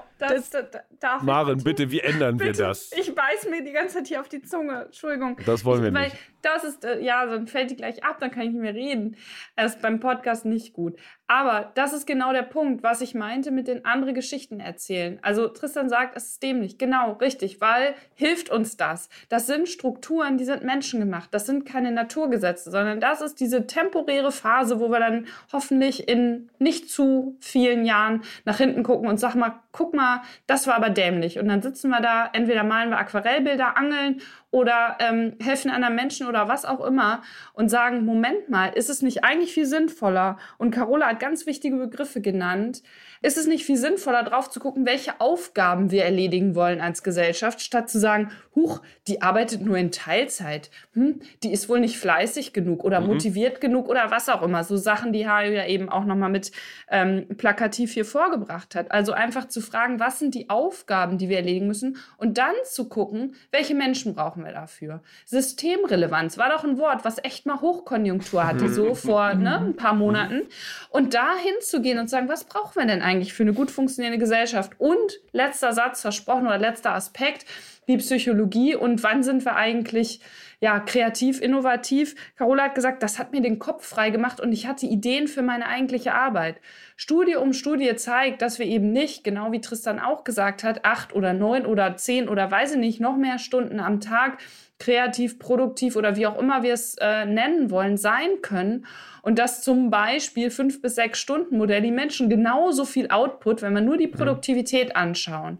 S2: Darf
S4: Maren, bitte, wie ändern wir das?
S2: Ich beiß mir die ganze Zeit hier auf die Zunge. Entschuldigung.
S4: Das wollen wir nicht.
S2: Das ist, dann fällt die gleich ab, dann kann ich nicht mehr reden. Das ist beim Podcast nicht gut. Aber das ist genau der Punkt, was ich meinte mit den anderen Geschichten erzählen. Also Tristan sagt, es ist dämlich. Genau, richtig, weil hilft uns das. Das sind Strukturen, die sind menschengemacht. Das sind keine Naturgesetze, sondern das ist diese temporäre Phase, wo wir dann hoffentlich in nicht zu vielen Jahren nach hinten gucken und sagen mal, guck mal, das war aber dämlich. Und dann sitzen wir da, entweder malen wir Aquarellbilder, angeln oder helfen anderen Menschen oder was auch immer und sagen, Moment mal, ist es nicht eigentlich viel sinnvoller? Und Carola hat ganz wichtige Begriffe genannt. Ist es nicht viel sinnvoller, drauf zu gucken, welche Aufgaben wir erledigen wollen als Gesellschaft, statt zu sagen, huch, die arbeitet nur in Teilzeit. Die ist wohl nicht fleißig genug oder motiviert genug oder was auch immer. So Sachen, die Hajo ja eben auch nochmal mit plakativ hier vorgebracht hat. Also einfach zu fragen, was sind die Aufgaben, die wir erledigen müssen und dann zu gucken, welche Menschen brauchen wir dafür. Systemrelevanz war doch ein Wort, was echt mal Hochkonjunktur hatte, so vor ein paar Monaten. Und da hinzugehen und sagen, was brauchen wir denn eigentlich für eine gut funktionierende Gesellschaft? Und letzter Satz versprochen oder letzter Aspekt, die Psychologie und wann sind wir eigentlich kreativ, innovativ. Carola hat gesagt, das hat mir den Kopf frei gemacht und ich hatte Ideen für meine eigentliche Arbeit. Studie um Studie zeigt, dass wir eben nicht, genau wie Tristan auch gesagt hat, 8 oder 9 oder 10 oder weiß ich nicht, noch mehr Stunden am Tag kreativ, produktiv oder wie auch immer wir es nennen wollen, sein können. Und dass zum Beispiel 5 bis 6 Stunden Modell die Menschen genauso viel Output, wenn wir nur die Produktivität anschauen,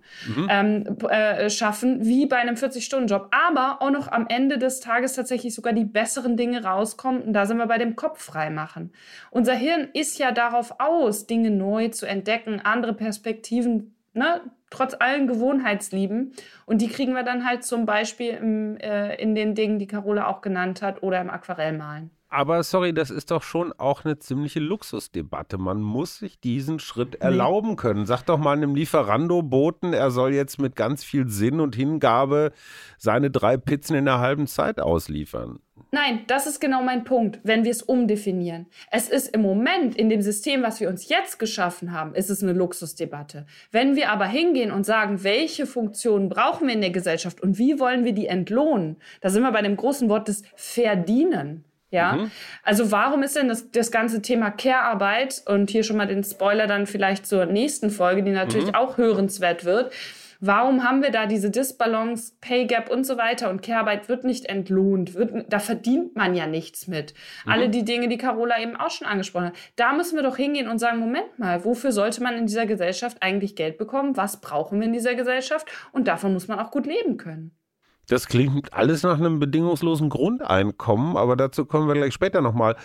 S2: schaffen wie bei einem 40-Stunden-Job. Aber auch noch am Ende des Tages tatsächlich sogar die besseren Dinge rauskommen. Und da sind wir bei dem Kopf freimachen. Unser Hirn ist ja darauf aus, Dinge neu zu entdecken, andere Perspektiven, trotz allen Gewohnheitslieben. Und die kriegen wir dann halt zum Beispiel in den Dingen, die Carola auch genannt hat, oder im Aquarellmalen.
S4: Aber sorry, das ist doch schon auch eine ziemliche Luxusdebatte. Man muss sich diesen Schritt erlauben können. Sag doch mal einem Lieferando-Boten, er soll jetzt mit ganz viel Sinn und Hingabe seine 3 Pizzen in der halben Zeit ausliefern.
S2: Nein, das ist genau mein Punkt, wenn wir es umdefinieren. Es ist im Moment, in dem System, was wir uns jetzt geschaffen haben, ist es eine Luxusdebatte. Wenn wir aber hingehen und sagen, welche Funktionen brauchen wir in der Gesellschaft und wie wollen wir die entlohnen, da sind wir bei dem großen Wort des Verdienen. Ja, also warum ist denn das ganze Thema Care-Arbeit und hier schon mal den Spoiler dann vielleicht zur nächsten Folge, die natürlich auch hörenswert wird, warum haben wir da diese Disbalance, Pay Gap und so weiter und Care-Arbeit wird nicht entlohnt, da verdient man ja nichts mit. Alle die Dinge, die Carola eben auch schon angesprochen hat, da müssen wir doch hingehen und sagen, Moment mal, wofür sollte man in dieser Gesellschaft eigentlich Geld bekommen? Was brauchen wir in dieser Gesellschaft? Und davon muss man auch gut leben können.
S4: Das klingt alles nach einem bedingungslosen Grundeinkommen, aber dazu kommen wir gleich später nochmal.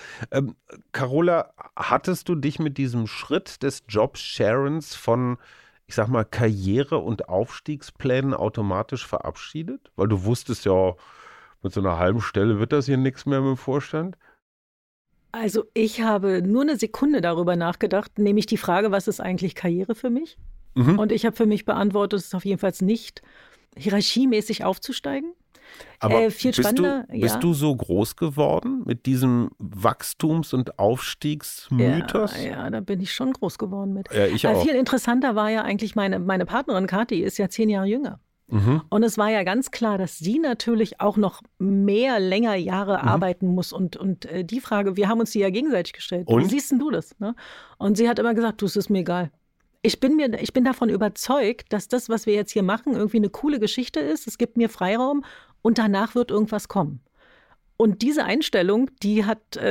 S4: Carola, hattest du dich mit diesem Schritt des Jobsharens von, ich sag mal, Karriere- und Aufstiegsplänen automatisch verabschiedet? Weil du wusstest ja, mit so einer halben Stelle wird das hier nichts mehr mit dem Vorstand.
S1: Also ich habe nur eine Sekunde darüber nachgedacht, nämlich die Frage, was ist eigentlich Karriere für mich? Und ich habe für mich beantwortet, es ist auf jeden Fall nicht hierarchiemäßig aufzusteigen.
S4: Aber
S1: viel spannender.
S4: Bist du so groß geworden mit diesem Wachstums- und Aufstiegsmythos?
S1: Ja, da bin ich schon groß geworden mit.
S4: Ja, ich auch.
S1: Viel interessanter war ja eigentlich meine Partnerin Kathi ist ja 10 Jahre jünger. Und es war ja ganz klar, dass sie natürlich auch noch länger Jahre arbeiten muss. Und die Frage, wir haben uns die ja gegenseitig gestellt.
S4: Und?
S1: Wie siehst denn du das? Ne? Und sie hat immer gesagt, du, es ist mir egal. Ich bin davon überzeugt, dass das, was wir jetzt hier machen, irgendwie eine coole Geschichte ist. Es gibt mir Freiraum und danach wird irgendwas kommen. Und diese Einstellung, die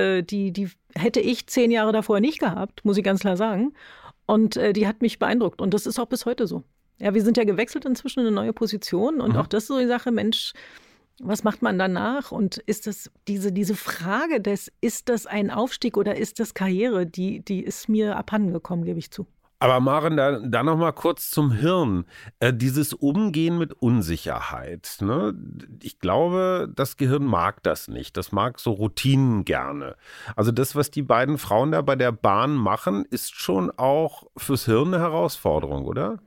S1: hätte ich 10 Jahre davor nicht gehabt, muss ich ganz klar sagen. Und die hat mich beeindruckt. Und das ist auch bis heute so. Ja, wir sind ja gewechselt inzwischen in eine neue Position. Und auch das ist so die Sache, Mensch, was macht man danach? Und ist das diese Frage ist das ein Aufstieg oder ist das Karriere, die ist mir abhandengekommen, gebe ich zu.
S4: Aber Maren, da noch mal kurz zum Hirn. Dieses Umgehen mit Unsicherheit. Ne? Ich glaube, das Gehirn mag das nicht. Das mag so Routinen gerne. Also das, was die beiden Frauen da bei der Bahn machen, ist schon auch fürs Hirn eine Herausforderung, oder?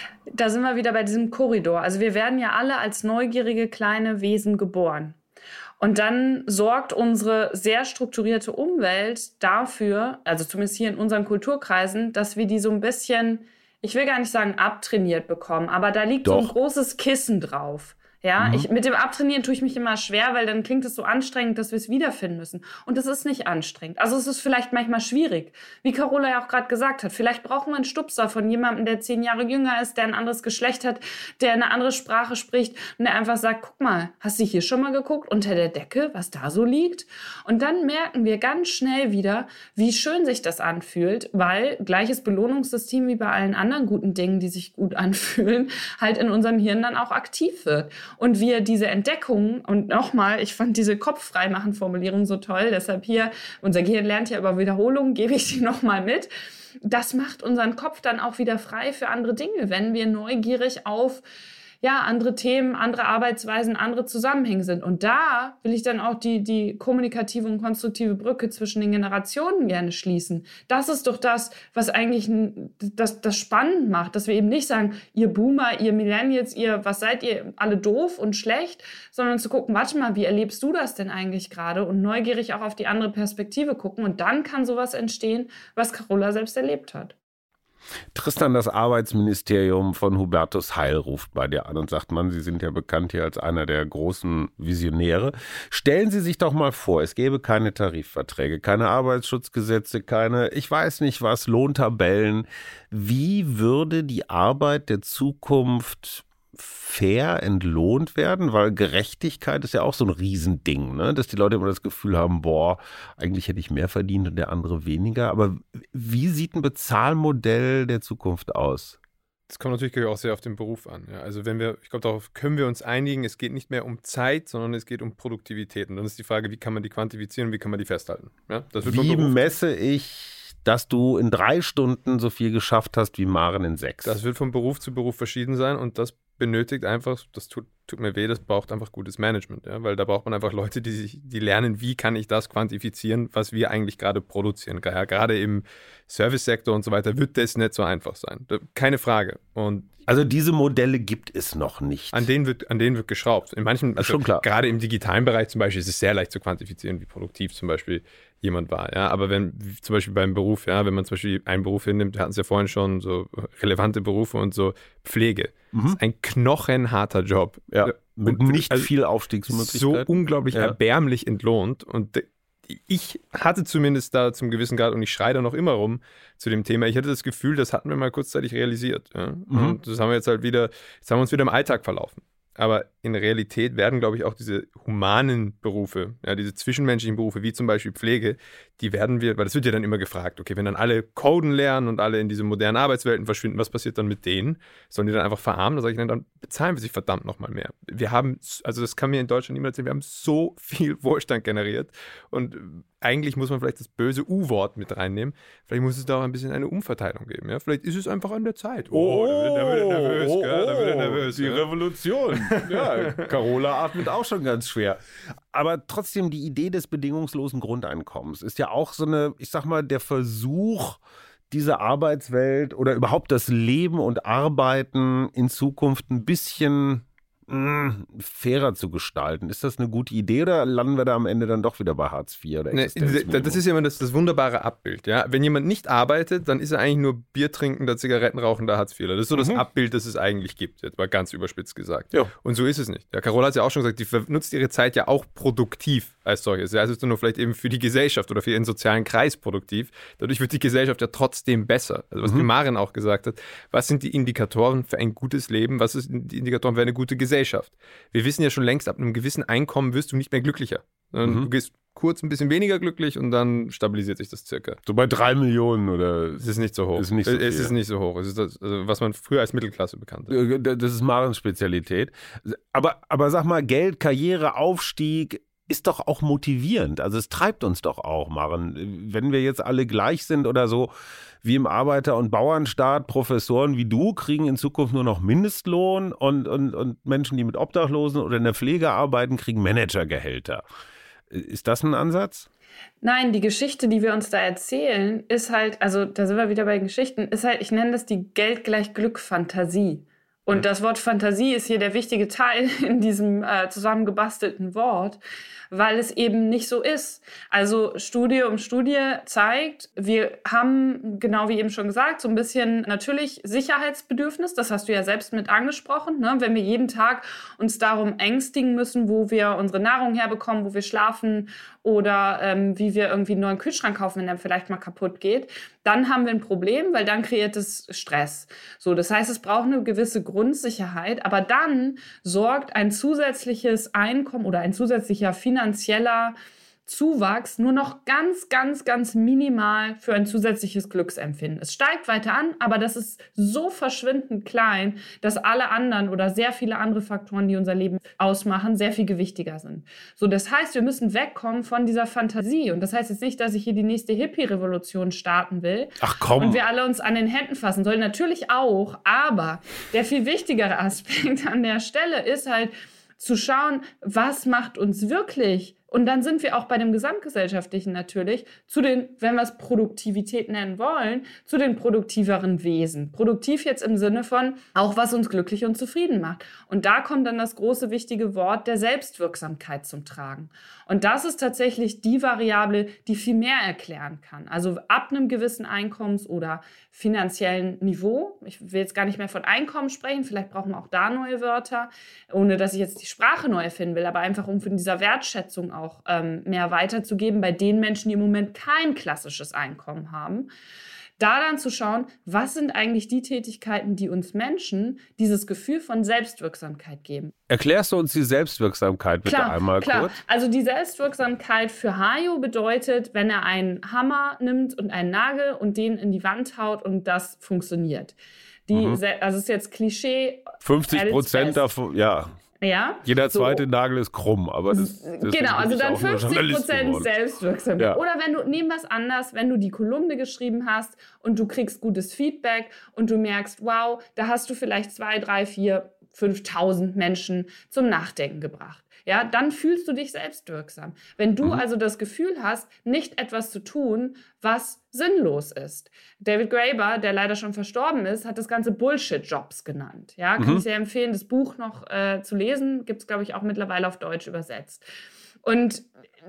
S2: Da sind wir wieder bei diesem Korridor. Also wir werden ja alle als neugierige kleine Wesen geboren. Und dann sorgt unsere sehr strukturierte Umwelt dafür, also zumindest hier in unseren Kulturkreisen, dass wir die so ein bisschen, ich will gar nicht sagen abtrainiert bekommen, aber da liegt so ein großes Kissen drauf. Ja, mit dem Abtrainieren tue ich mich immer schwer, weil dann klingt es so anstrengend, dass wir es wiederfinden müssen. Und es ist nicht anstrengend. Also es ist vielleicht manchmal schwierig. Wie Carola ja auch gerade gesagt hat, vielleicht brauchen wir einen Stupser von jemandem, der 10 Jahre jünger ist, der ein anderes Geschlecht hat, der eine andere Sprache spricht und der einfach sagt, guck mal, hast du hier schon mal geguckt unter der Decke, was da so liegt? Und dann merken wir ganz schnell wieder, wie schön sich das anfühlt, weil gleiches Belohnungssystem wie bei allen anderen guten Dingen, die sich gut anfühlen, halt in unserem Hirn dann auch aktiv wird. Und wir diese Entdeckungen, und nochmal, ich fand diese Kopffreimachen-Formulierung so toll, deshalb hier, unser Gehirn lernt ja über Wiederholungen, gebe ich sie nochmal mit. Das macht unseren Kopf dann auch wieder frei für andere Dinge, wenn wir neugierig auf andere Themen, andere Arbeitsweisen, andere Zusammenhänge sind. Und da will ich dann auch die kommunikative und konstruktive Brücke zwischen den Generationen gerne schließen. Das ist doch das, was eigentlich das spannend macht, dass wir eben nicht sagen, ihr Boomer, ihr Millennials, was seid ihr alle doof und schlecht, sondern zu gucken, warte mal, wie erlebst du das denn eigentlich gerade? Und neugierig auch auf die andere Perspektive gucken. Und dann kann sowas entstehen, was Carola selbst erlebt hat.
S4: Tristan, das Arbeitsministerium von Hubertus Heil ruft bei dir an und sagt, Mann, Sie sind ja bekannt hier als einer der großen Visionäre. Stellen Sie sich doch mal vor, es gäbe keine Tarifverträge, keine Arbeitsschutzgesetze, keine, ich weiß nicht was, Lohntabellen. Wie würde die Arbeit der Zukunft fair entlohnt werden? Weil Gerechtigkeit ist ja auch so ein Riesending, ne? Dass die Leute immer das Gefühl haben, boah, eigentlich hätte ich mehr verdient und der andere weniger. Aber wie sieht ein Bezahlmodell der Zukunft aus?
S3: Das kommt natürlich auch sehr auf den Beruf an. Ja. Also ich glaube, darauf können wir uns einigen, es geht nicht mehr um Zeit, sondern es geht um Produktivität. Und dann ist die Frage, wie kann man die quantifizieren, wie kann man die festhalten? Ja, das wird
S4: wie messe ich, dass du in 3 Stunden so viel geschafft hast wie Maren in 6?
S3: Das wird von Beruf zu Beruf verschieden sein und das benötigt einfach, das tut mir weh, das braucht einfach gutes Management, ja, weil da braucht man einfach Leute, die lernen, wie kann ich das quantifizieren, was wir eigentlich gerade produzieren. Ja, gerade im Servicesektor und so weiter wird das nicht so einfach sein. Keine Frage. Und
S4: also diese Modelle gibt es noch nicht.
S3: An denen wird geschraubt. In manchen, also
S4: schon klar.
S3: Gerade im digitalen Bereich zum Beispiel ist es sehr leicht zu quantifizieren, wie produktiv zum Beispiel jemand war. Ja, aber wenn zum Beispiel beim Beruf, ja, wenn man zum Beispiel einen Beruf hinnimmt, wir hatten es ja vorhin schon, so relevante Berufe und so Pflege. Das ist ein knochenharter Job.
S4: Ja, mit nicht viel Aufstiegsmöglichkeiten.
S3: So unglaublich erbärmlich entlohnt. Und ich hatte zumindest da zum gewissen Grad, und ich schreie da noch immer rum zu dem Thema, ich hatte das Gefühl, das hatten wir mal kurzzeitig realisiert. Ja? Und das haben wir jetzt haben wir uns wieder im Alltag verlaufen. Aber in Realität werden, glaube ich, auch diese humanen Berufe, ja, diese zwischenmenschlichen Berufe, wie zum Beispiel Pflege, die werden wir, weil das wird ja dann immer gefragt, okay, wenn dann alle coden lernen und alle in diese modernen Arbeitswelten verschwinden, was passiert dann mit denen? Sollen die dann einfach verarmen? Da sage ich, dann bezahlen wir sich verdammt nochmal mehr. Wir haben, also das kann mir in Deutschland niemand erzählen, wir haben so viel Wohlstand generiert und eigentlich muss man vielleicht das böse U-Wort mit reinnehmen. Vielleicht muss es da auch ein bisschen eine Umverteilung geben. Ja? Vielleicht ist es einfach an der Zeit.
S4: Da wird er nervös. Die Revolution. Ja, Carola atmet auch schon ganz schwer. Aber trotzdem, die Idee des bedingungslosen Grundeinkommens ist ja auch so eine, ich sag mal, der Versuch, diese Arbeitswelt oder überhaupt das Leben und Arbeiten in Zukunft ein bisschen fairer zu gestalten. Ist das eine gute Idee oder landen wir da am Ende dann doch wieder bei Hartz IV? Oder
S3: das ist ja immer das wunderbare Abbild. Ja? Wenn jemand nicht arbeitet, dann ist er eigentlich nur Bier trinkender, Zigaretten rauchender Hartz IVler. Das ist so das Abbild, das es eigentlich gibt, jetzt mal ganz überspitzt gesagt. Jo. Und so ist es nicht. Ja, Carola hat es ja auch schon gesagt, die nutzt ihre Zeit ja auch produktiv als solches. Ja, es ist nur vielleicht eben für die Gesellschaft oder für ihren sozialen Kreis produktiv. Dadurch wird die Gesellschaft ja trotzdem besser. Also was die Maren auch gesagt hat, was sind die Indikatoren für ein gutes Leben? Was sind die Indikatoren für eine gute Gesellschaft? Wir wissen ja schon längst, ab einem gewissen Einkommen wirst du nicht mehr glücklicher. Du gehst kurz ein bisschen weniger glücklich und dann stabilisiert sich das circa.
S4: So bei 3 Millionen oder?
S3: Es ist nicht so hoch.
S4: Es ist
S3: nicht so hoch. Es ist das, also was man früher als Mittelklasse bekannte.
S4: Das ist Marens Spezialität. Aber sag mal, Geld, Karriere, Aufstieg ist doch auch motivierend. Also es treibt uns doch auch, Maren. Wenn wir jetzt alle gleich sind oder so, wie im Arbeiter- und Bauernstaat, Professoren wie du kriegen in Zukunft nur noch Mindestlohn und Menschen, die mit Obdachlosen oder in der Pflege arbeiten, kriegen Managergehälter. Ist das ein Ansatz?
S2: Nein, die Geschichte, die wir uns da erzählen, ist halt, also da sind wir wieder bei Geschichten, ist halt, ich nenne das die Geld gleich Glück-Fantasie. Und das Wort Fantasie ist hier der wichtige Teil in diesem zusammengebastelten Wort, weil es eben nicht so ist. Also Studie um Studie zeigt, wir haben, genau wie eben schon gesagt, so ein bisschen natürlich Sicherheitsbedürfnis. Das hast du ja selbst mit angesprochen. Ne? Wenn wir jeden Tag uns darum ängstigen müssen, wo wir unsere Nahrung herbekommen, wo wir schlafen oder wie wir irgendwie einen neuen Kühlschrank kaufen, wenn der vielleicht mal kaputt geht, dann haben wir ein Problem, weil dann kreiert es Stress. So, das heißt, es braucht eine gewisse Grundsicherheit, aber dann sorgt ein zusätzliches Einkommen oder ein zusätzlicher finanzieller Zuwachs nur noch ganz, ganz, ganz minimal für ein zusätzliches Glücksempfinden. Es steigt weiter an, aber das ist so verschwindend klein, dass alle anderen oder sehr viele andere Faktoren, die unser Leben ausmachen, sehr viel gewichtiger sind. So, das heißt, wir müssen wegkommen von dieser Fantasie. Und das heißt jetzt nicht, dass ich hier die nächste Hippie-Revolution starten will.
S4: Ach komm.
S2: Und wir alle uns an den Händen fassen sollen. Natürlich auch, aber der viel wichtigere Aspekt an der Stelle ist halt zu schauen, was macht uns wirklich. Und dann sind wir auch bei dem Gesamtgesellschaftlichen natürlich zu den, wenn wir es Produktivität nennen wollen, zu den produktiveren Wesen. Produktiv jetzt im Sinne von auch, was uns glücklich und zufrieden macht. Und da kommt dann das große, wichtige Wort der Selbstwirksamkeit zum Tragen. Und das ist tatsächlich die Variable, die viel mehr erklären kann. Also ab einem gewissen Einkommens- oder finanziellen Niveau. Ich will jetzt gar nicht mehr von Einkommen sprechen, vielleicht brauchen wir auch da neue Wörter, ohne dass ich jetzt die Sprache neu erfinden will, aber einfach um von dieser Wertschätzung auch mehr weiterzugeben bei den Menschen, die im Moment kein klassisches Einkommen haben. Da dann zu schauen, was sind eigentlich die Tätigkeiten, die uns Menschen dieses Gefühl von Selbstwirksamkeit geben.
S4: Erklärst du uns die Selbstwirksamkeit bitte einmal kurz?
S2: Also die Selbstwirksamkeit für Hajo bedeutet, wenn er einen Hammer nimmt und einen Nagel und den in die Wand haut und das funktioniert. Also es ist jetzt Klischee.
S4: 50% davon, ja.
S2: Ja,
S4: jeder zweite Nagel ist krumm, aber das
S2: genau, also dann 50% Selbstwirksamkeit.
S4: Ja.
S2: Oder nehmen wir es anders, wenn du die Kolumne geschrieben hast und du kriegst gutes Feedback und du merkst, wow, da hast du vielleicht 2, 3, 4, 5.000 Menschen zum Nachdenken gebracht. Ja, dann fühlst du dich selbstwirksam. Wenn du also das Gefühl hast, nicht etwas zu tun, was sinnlos ist. David Graeber, der leider schon verstorben ist, hat das Ganze Bullshit-Jobs genannt. Ja, kann ich sehr empfehlen, das Buch noch zu lesen. Gibt es, glaube ich, auch mittlerweile auf Deutsch übersetzt. Und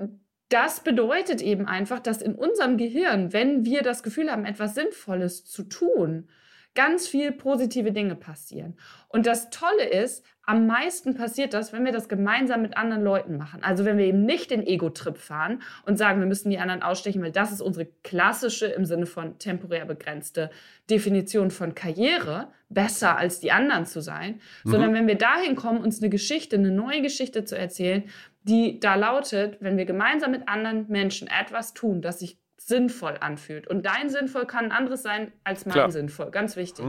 S2: das bedeutet eben einfach, dass in unserem Gehirn, wenn wir das Gefühl haben, etwas Sinnvolles zu tun, ganz viel positive Dinge passieren. Und das Tolle ist, am meisten passiert das, wenn wir das gemeinsam mit anderen Leuten machen. Also wenn wir eben nicht den Ego-Trip fahren und sagen, wir müssen die anderen ausstechen, weil das ist unsere klassische, im Sinne von temporär begrenzte Definition von Karriere, besser als die anderen zu sein, sondern wenn wir dahin kommen, uns eine neue Geschichte zu erzählen, die da lautet, wenn wir gemeinsam mit anderen Menschen etwas tun, das sich sinnvoll anfühlt. Und dein Sinnvoll kann ein anderes sein als mein Sinnvoll. Ganz wichtig.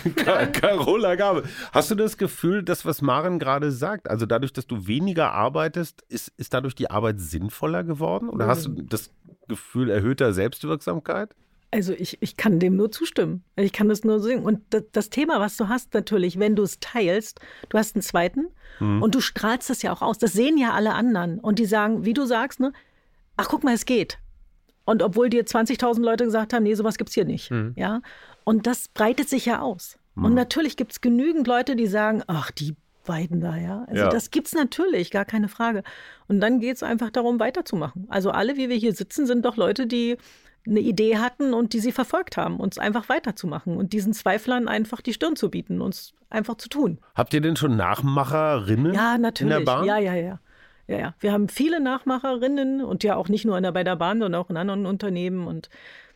S4: Carola Gabel, hast du das Gefühl, dass was Maren gerade sagt, also dadurch, dass du weniger arbeitest, ist dadurch die Arbeit sinnvoller geworden? Oder hast du das Gefühl erhöhter Selbstwirksamkeit?
S1: Also ich kann dem nur zustimmen. Ich kann das nur sehen. Und das Thema, was du hast natürlich, wenn du es teilst, du hast einen zweiten und du strahlst das ja auch aus. Das sehen ja alle anderen. Und die sagen, wie du sagst, ne, ach guck mal, es geht. Und obwohl dir 20.000 Leute gesagt haben, nee, sowas gibt's hier nicht. Ja? Und das breitet sich ja aus. Und natürlich gibt es genügend Leute, die sagen, ach, die ausweidender, ja. Also das gibt's natürlich, gar keine Frage. Und dann geht es einfach darum, weiterzumachen. Also alle, wie wir hier sitzen, sind doch Leute, die eine Idee hatten und die sie verfolgt haben, uns einfach weiterzumachen und diesen Zweiflern einfach die Stirn zu bieten, uns einfach zu tun.
S4: Habt ihr denn schon Nachmacherinnen
S1: natürlich.
S4: in der Bahn?
S1: Ja. Wir haben viele Nachmacherinnen und ja auch nicht nur bei der Bahn, sondern auch in anderen Unternehmen und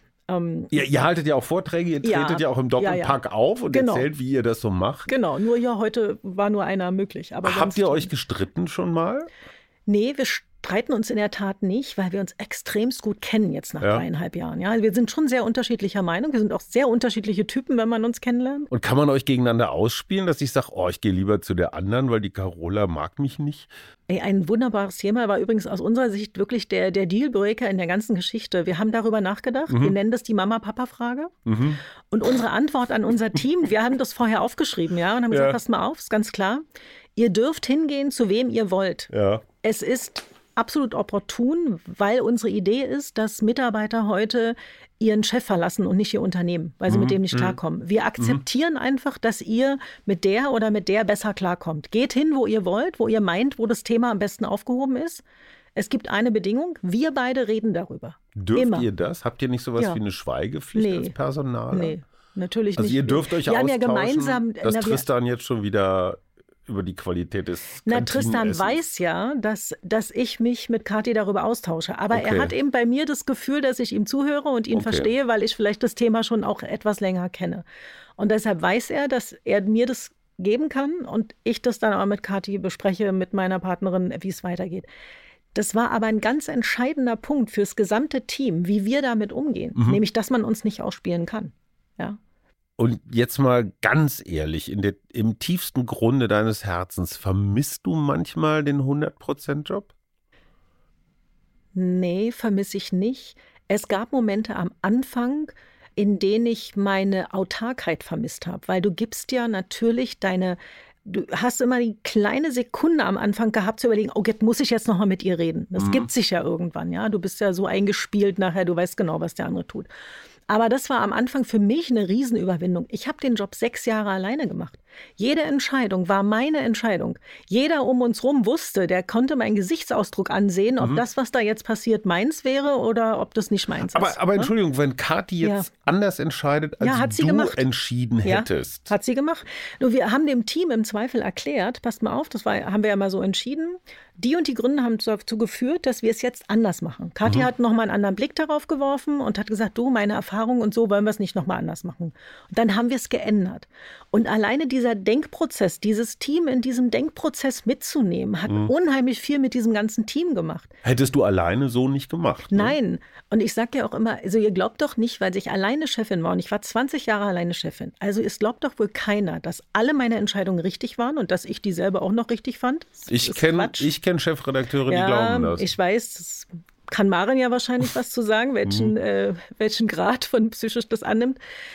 S4: ihr haltet ja auch Vorträge, ihr tretet ja auch im Doppelpack auf und erzählt, wie ihr das so macht.
S1: Genau, nur heute war nur einer möglich. Aber
S4: habt ihr euch gestritten schon mal?
S1: Nee, wir streiten uns in der Tat nicht, weil wir uns extremst gut kennen jetzt nach 3,5 Jahren. Ja, wir sind schon sehr unterschiedlicher Meinung. Wir sind auch sehr unterschiedliche Typen, wenn man uns kennenlernt.
S4: Und kann man euch gegeneinander ausspielen, dass ich sage, ich gehe lieber zu der anderen, weil die Carola mag mich nicht?
S1: Ein wunderbares Thema war übrigens aus unserer Sicht wirklich der Dealbreaker in der ganzen Geschichte. Wir haben darüber nachgedacht. Wir nennen das die Mama-Papa-Frage. Und unsere Antwort an unser Team, wir haben das vorher aufgeschrieben, und haben gesagt, passt mal auf, ist ganz klar. Ihr dürft hingehen, zu wem ihr wollt. Ja. Es ist absolut opportun, weil unsere Idee ist, dass Mitarbeiter heute ihren Chef verlassen und nicht ihr Unternehmen, weil sie mit dem nicht klarkommen. Wir akzeptieren einfach, dass ihr mit der oder mit der besser klarkommt. Geht hin, wo ihr wollt, wo ihr meint, wo das Thema am besten aufgehoben ist. Es gibt eine Bedingung, wir beide reden darüber.
S4: Dürft ihr das? Habt ihr nicht sowas wie eine Schweigepflicht als Personaler?
S1: Nee, natürlich nicht.
S4: Also ihr dürft euch austauschen, dass Tristan jetzt schon wieder über die Qualität des
S1: Tristan weiß ja, dass ich mich mit Kathi darüber austausche. Aber er hat eben bei mir das Gefühl, dass ich ihm zuhöre und ihn verstehe, weil ich vielleicht das Thema schon auch etwas länger kenne. Und deshalb weiß er, dass er mir das geben kann und ich das dann auch mit Kathi bespreche, mit meiner Partnerin, wie es weitergeht. Das war aber ein ganz entscheidender Punkt fürs gesamte Team, wie wir damit umgehen. Nämlich, dass man uns nicht ausspielen kann. Ja.
S4: Und jetzt mal ganz ehrlich, im tiefsten Grunde deines Herzens, vermisst du manchmal den 100%-Job?
S1: Nee, vermisse ich nicht. Es gab Momente am Anfang, in denen ich meine Autarkheit vermisst habe. Weil du gibst ja natürlich du hast immer die kleine Sekunde am Anfang gehabt zu überlegen, jetzt muss ich jetzt noch mal mit ihr reden. Das gibt sich ja irgendwann, ja. Du bist ja so eingespielt nachher, du weißt genau, was der andere tut. Aber das war am Anfang für mich eine Riesenüberwindung. Ich habe den Job 6 Jahre alleine gemacht. Jede Entscheidung war meine Entscheidung. Jeder um uns rum wusste, der konnte meinen Gesichtsausdruck ansehen, ob das, was da jetzt passiert, meins wäre oder ob das nicht meins ist.
S4: Aber Entschuldigung, wenn Kathi jetzt anders entscheidet, als du entschieden hättest.
S1: Ja, hat sie gemacht. Nur wir haben dem Team im Zweifel erklärt, passt mal auf, haben wir ja mal so entschieden, die und die Gründe haben dazu geführt, dass wir es jetzt anders machen. Kathi hat nochmal einen anderen Blick darauf geworfen und hat gesagt, du, meine Erfahrung und so wollen wir es nicht nochmal anders machen. Und dann haben wir es geändert. Und alleine dieser Denkprozess, dieses Team in diesem Denkprozess mitzunehmen, hat unheimlich viel mit diesem ganzen Team gemacht.
S4: Hättest du alleine so nicht gemacht? Ne?
S1: Nein. Und ich sage ja auch immer, also ihr glaubt doch nicht, weil ich alleine Chefin war und ich war 20 Jahre alleine Chefin. Also es glaubt doch wohl keiner, dass alle meine Entscheidungen richtig waren und dass ich dieselbe auch noch richtig fand.
S4: Ich kenne Chefredakteure, die glauben das.
S1: Ich weiß, das kann Maren ja wahrscheinlich was zu sagen, welchen Grad von psychisch das annimmt.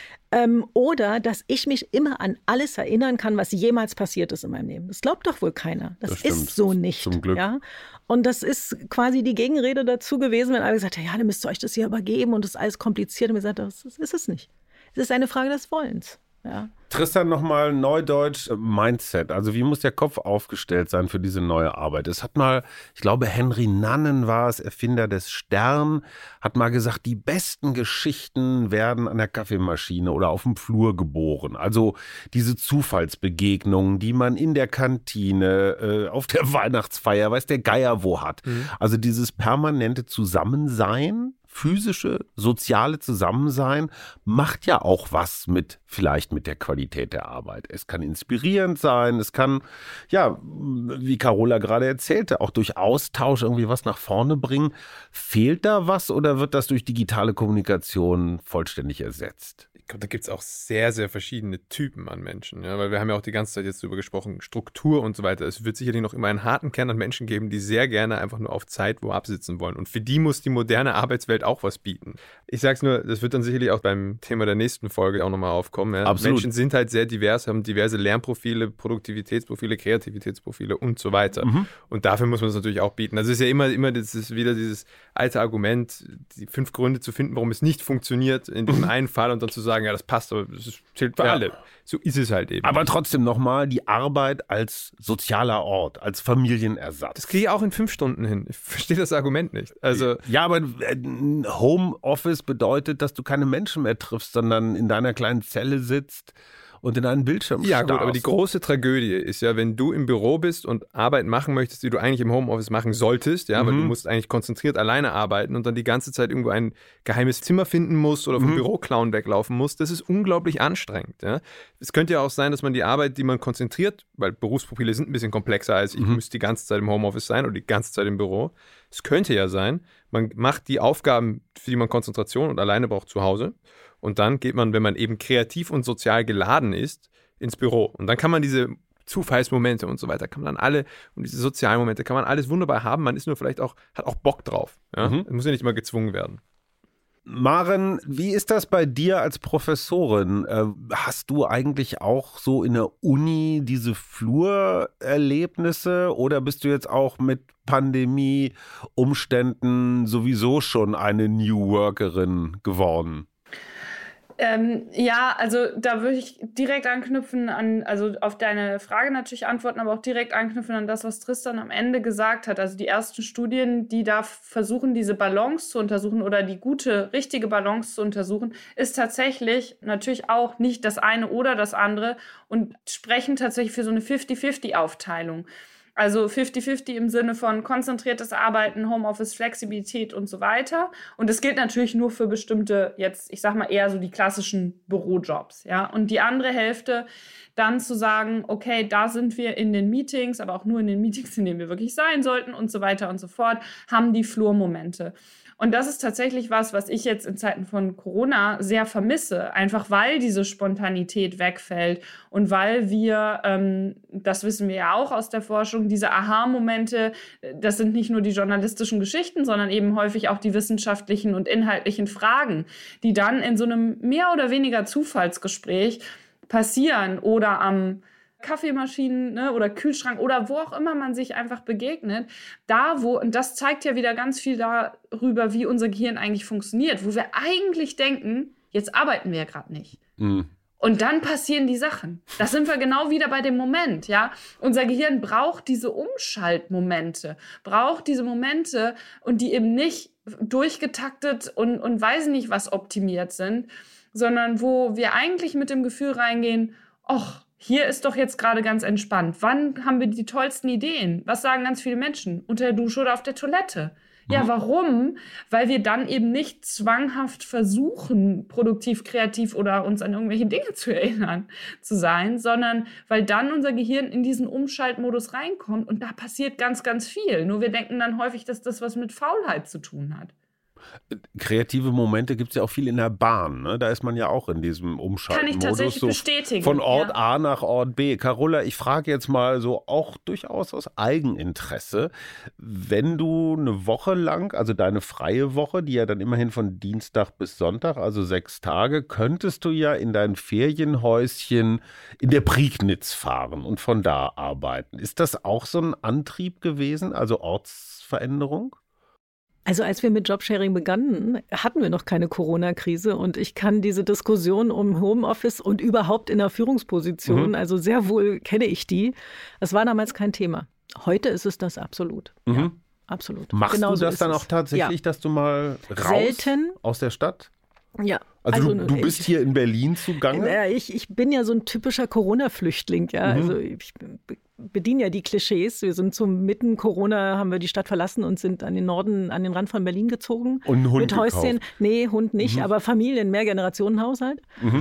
S1: Oder dass ich mich immer an alles erinnern kann, was jemals passiert ist in meinem Leben. Das glaubt doch wohl keiner. Das ist so nicht.
S4: Zum Glück.
S1: Ja? Und das ist quasi die Gegenrede dazu gewesen, wenn alle gesagt haben, dann müsst ihr euch das hier übergeben und das ist alles kompliziert. Und wir gesagt, das ist es nicht. Es ist eine Frage des Wollens. Ja.
S4: Tristan, nochmal Neudeutsch Mindset. Also wie muss der Kopf aufgestellt sein für diese neue Arbeit? Es hat mal, ich glaube Henry Nannen war es, Erfinder des Stern, hat mal gesagt, die besten Geschichten werden an der Kaffeemaschine oder auf dem Flur geboren. Also diese Zufallsbegegnungen, die man in der Kantine, auf der Weihnachtsfeier, weiß der Geier wo hat. Also dieses permanente Zusammensein, physische, soziale Zusammensein macht ja auch was vielleicht mit der Qualität der Arbeit. Es kann inspirierend sein, es kann, ja, wie Carola gerade erzählte, auch durch Austausch irgendwie was nach vorne bringen. Fehlt da was oder wird das durch digitale Kommunikation vollständig ersetzt?
S3: Ich glaube, da gibt es auch sehr, sehr verschiedene Typen an Menschen. Ja? Weil wir haben ja auch die ganze Zeit jetzt darüber gesprochen, Struktur und so weiter. Es wird sicherlich noch immer einen harten Kern an Menschen geben, die sehr gerne einfach nur auf Zeit wo absitzen wollen. Und für die muss die moderne Arbeitswelt auch was bieten. Ich sag's nur, das wird dann sicherlich auch beim Thema der nächsten Folge auch nochmal aufkommen. Ja?
S4: Absolut.
S3: Menschen sind halt sehr divers, haben diverse Lernprofile, Produktivitätsprofile, Kreativitätsprofile und so weiter. Und dafür muss man es natürlich auch bieten. Also es ist ja immer das ist wieder dieses alte Argument, die 5 Gründe zu finden, warum es nicht funktioniert in dem einen Fall und dann zu sagen, ja, das passt, aber das zählt für alle. So ist es halt eben.
S4: Aber trotzdem nochmal die Arbeit als sozialer Ort, als Familienersatz.
S3: Das kriege ich auch in 5 Stunden hin. Ich verstehe das Argument nicht. Also
S4: ja, aber Homeoffice bedeutet, dass du keine Menschen mehr triffst, sondern in deiner kleinen Zelle sitzt und in einen Bildschirm starrst.
S3: Ja gut, aber die große Tragödie ist ja, wenn du im Büro bist und Arbeit machen möchtest, die du eigentlich im Homeoffice machen solltest, ja, weil du musst eigentlich konzentriert alleine arbeiten und dann die ganze Zeit irgendwo ein geheimes Zimmer finden musst oder vom Büroclown weglaufen musst, das ist unglaublich anstrengend. Ja. Es könnte ja auch sein, dass man die Arbeit, die man konzentriert, weil Berufsprofile sind ein bisschen komplexer als ich müsste die ganze Zeit im Homeoffice sein oder die ganze Zeit im Büro. Es könnte ja sein, man macht die Aufgaben, für die man Konzentration und alleine braucht, zu Hause. Und dann geht man, wenn man eben kreativ und sozial geladen ist, ins Büro. Und dann kann man diese Zufallsmomente und so weiter, kann man dann alle, und diese sozialen Momente, kann man alles wunderbar haben. Man ist nur vielleicht auch, hat auch Bock drauf. Ja? Es muss ja nicht immer gezwungen werden.
S4: Maren, wie ist das bei dir als Professorin? Hast du eigentlich auch so in der Uni diese Flurerlebnisse oder bist du jetzt auch mit Pandemie-Umständen sowieso schon eine New Workerin geworden?
S2: Ja, also da würde ich direkt anknüpfen also auf deine Frage natürlich antworten, aber auch direkt anknüpfen an das, was Tristan am Ende gesagt hat. Also die ersten Studien, die da versuchen, diese Balance zu untersuchen oder die gute, richtige Balance zu untersuchen, ist tatsächlich natürlich auch nicht das eine oder das andere und sprechen tatsächlich für so eine 50-50-Aufteilung. Also 50-50 im Sinne von konzentriertes Arbeiten, Homeoffice, Flexibilität und so weiter. Und das gilt natürlich nur für bestimmte, jetzt, ich sag mal eher so die klassischen Bürojobs, ja. Und die andere Hälfte dann zu sagen, okay, da sind wir in den Meetings, aber auch nur in den Meetings, in denen wir wirklich sein sollten und so weiter und so fort, haben die Flurmomente. Und das ist tatsächlich was ich jetzt in Zeiten von Corona sehr vermisse, einfach weil diese Spontanität wegfällt und weil wir, das wissen wir ja auch aus der Forschung, diese Aha-Momente, das sind nicht nur die journalistischen Geschichten, sondern eben häufig auch die wissenschaftlichen und inhaltlichen Fragen, die dann in so einem mehr oder weniger Zufallsgespräch passieren oder am Kaffeemaschinen, ne, oder Kühlschrank oder wo auch immer man sich einfach begegnet, und das zeigt ja wieder ganz viel darüber, wie unser Gehirn eigentlich funktioniert, wo wir eigentlich denken, jetzt arbeiten wir ja gerade nicht. Und dann passieren die Sachen. Da sind wir genau wieder bei dem Moment, ja. Unser Gehirn braucht diese Umschaltmomente, braucht diese Momente und die eben nicht durchgetaktet und weiß nicht was optimiert sind, sondern wo wir eigentlich mit dem Gefühl reingehen, ach, hier ist doch jetzt gerade ganz entspannt. Wann haben wir die tollsten Ideen? Was sagen ganz viele Menschen? Unter der Dusche oder auf der Toilette? Ja, warum? Weil wir dann eben nicht zwanghaft versuchen, produktiv, kreativ oder uns an irgendwelche Dinge zu erinnern zu sein, sondern weil dann unser Gehirn in diesen Umschaltmodus reinkommt und da passiert ganz, ganz viel. Nur wir denken dann häufig, dass das was mit Faulheit zu tun hat.
S4: Kreative Momente gibt es ja auch viel in der Bahn. Ne? Da ist man ja auch in diesem Umschaltmodus.
S2: Kann ich tatsächlich bestätigen.
S4: Von Ort A nach Ort B. Carola, ich frage jetzt mal so auch durchaus aus Eigeninteresse, wenn du eine Woche lang, also deine freie Woche, die ja dann immerhin von Dienstag bis Sonntag, also 6 Tage, könntest du ja in dein Ferienhäuschen in der Prignitz fahren und von da arbeiten. Ist das auch so ein Antrieb gewesen, also Ortsveränderung?
S1: Also als wir mit Jobsharing begannen, hatten wir noch keine Corona-Krise und ich kann diese Diskussion um Homeoffice und überhaupt in der Führungsposition, also sehr wohl kenne ich die. Das war damals kein Thema. Heute ist es das absolut. Ja, absolut.
S4: Machst du das dann auch tatsächlich, dass du mal raus aus der Stadt?
S1: Ja.
S4: Also du bist hier in Berlin zugange?
S1: Ich bin ja so ein typischer Corona-Flüchtling. Ja. Also ich bediene ja die Klischees. Wir sind mitten Corona, haben wir die Stadt verlassen und sind an den Norden, an den Rand von Berlin gezogen.
S4: Und einen Hund
S1: mit Häuschen. Nee, Hund nicht, aber Familien, Mehrgenerationenhaushalt.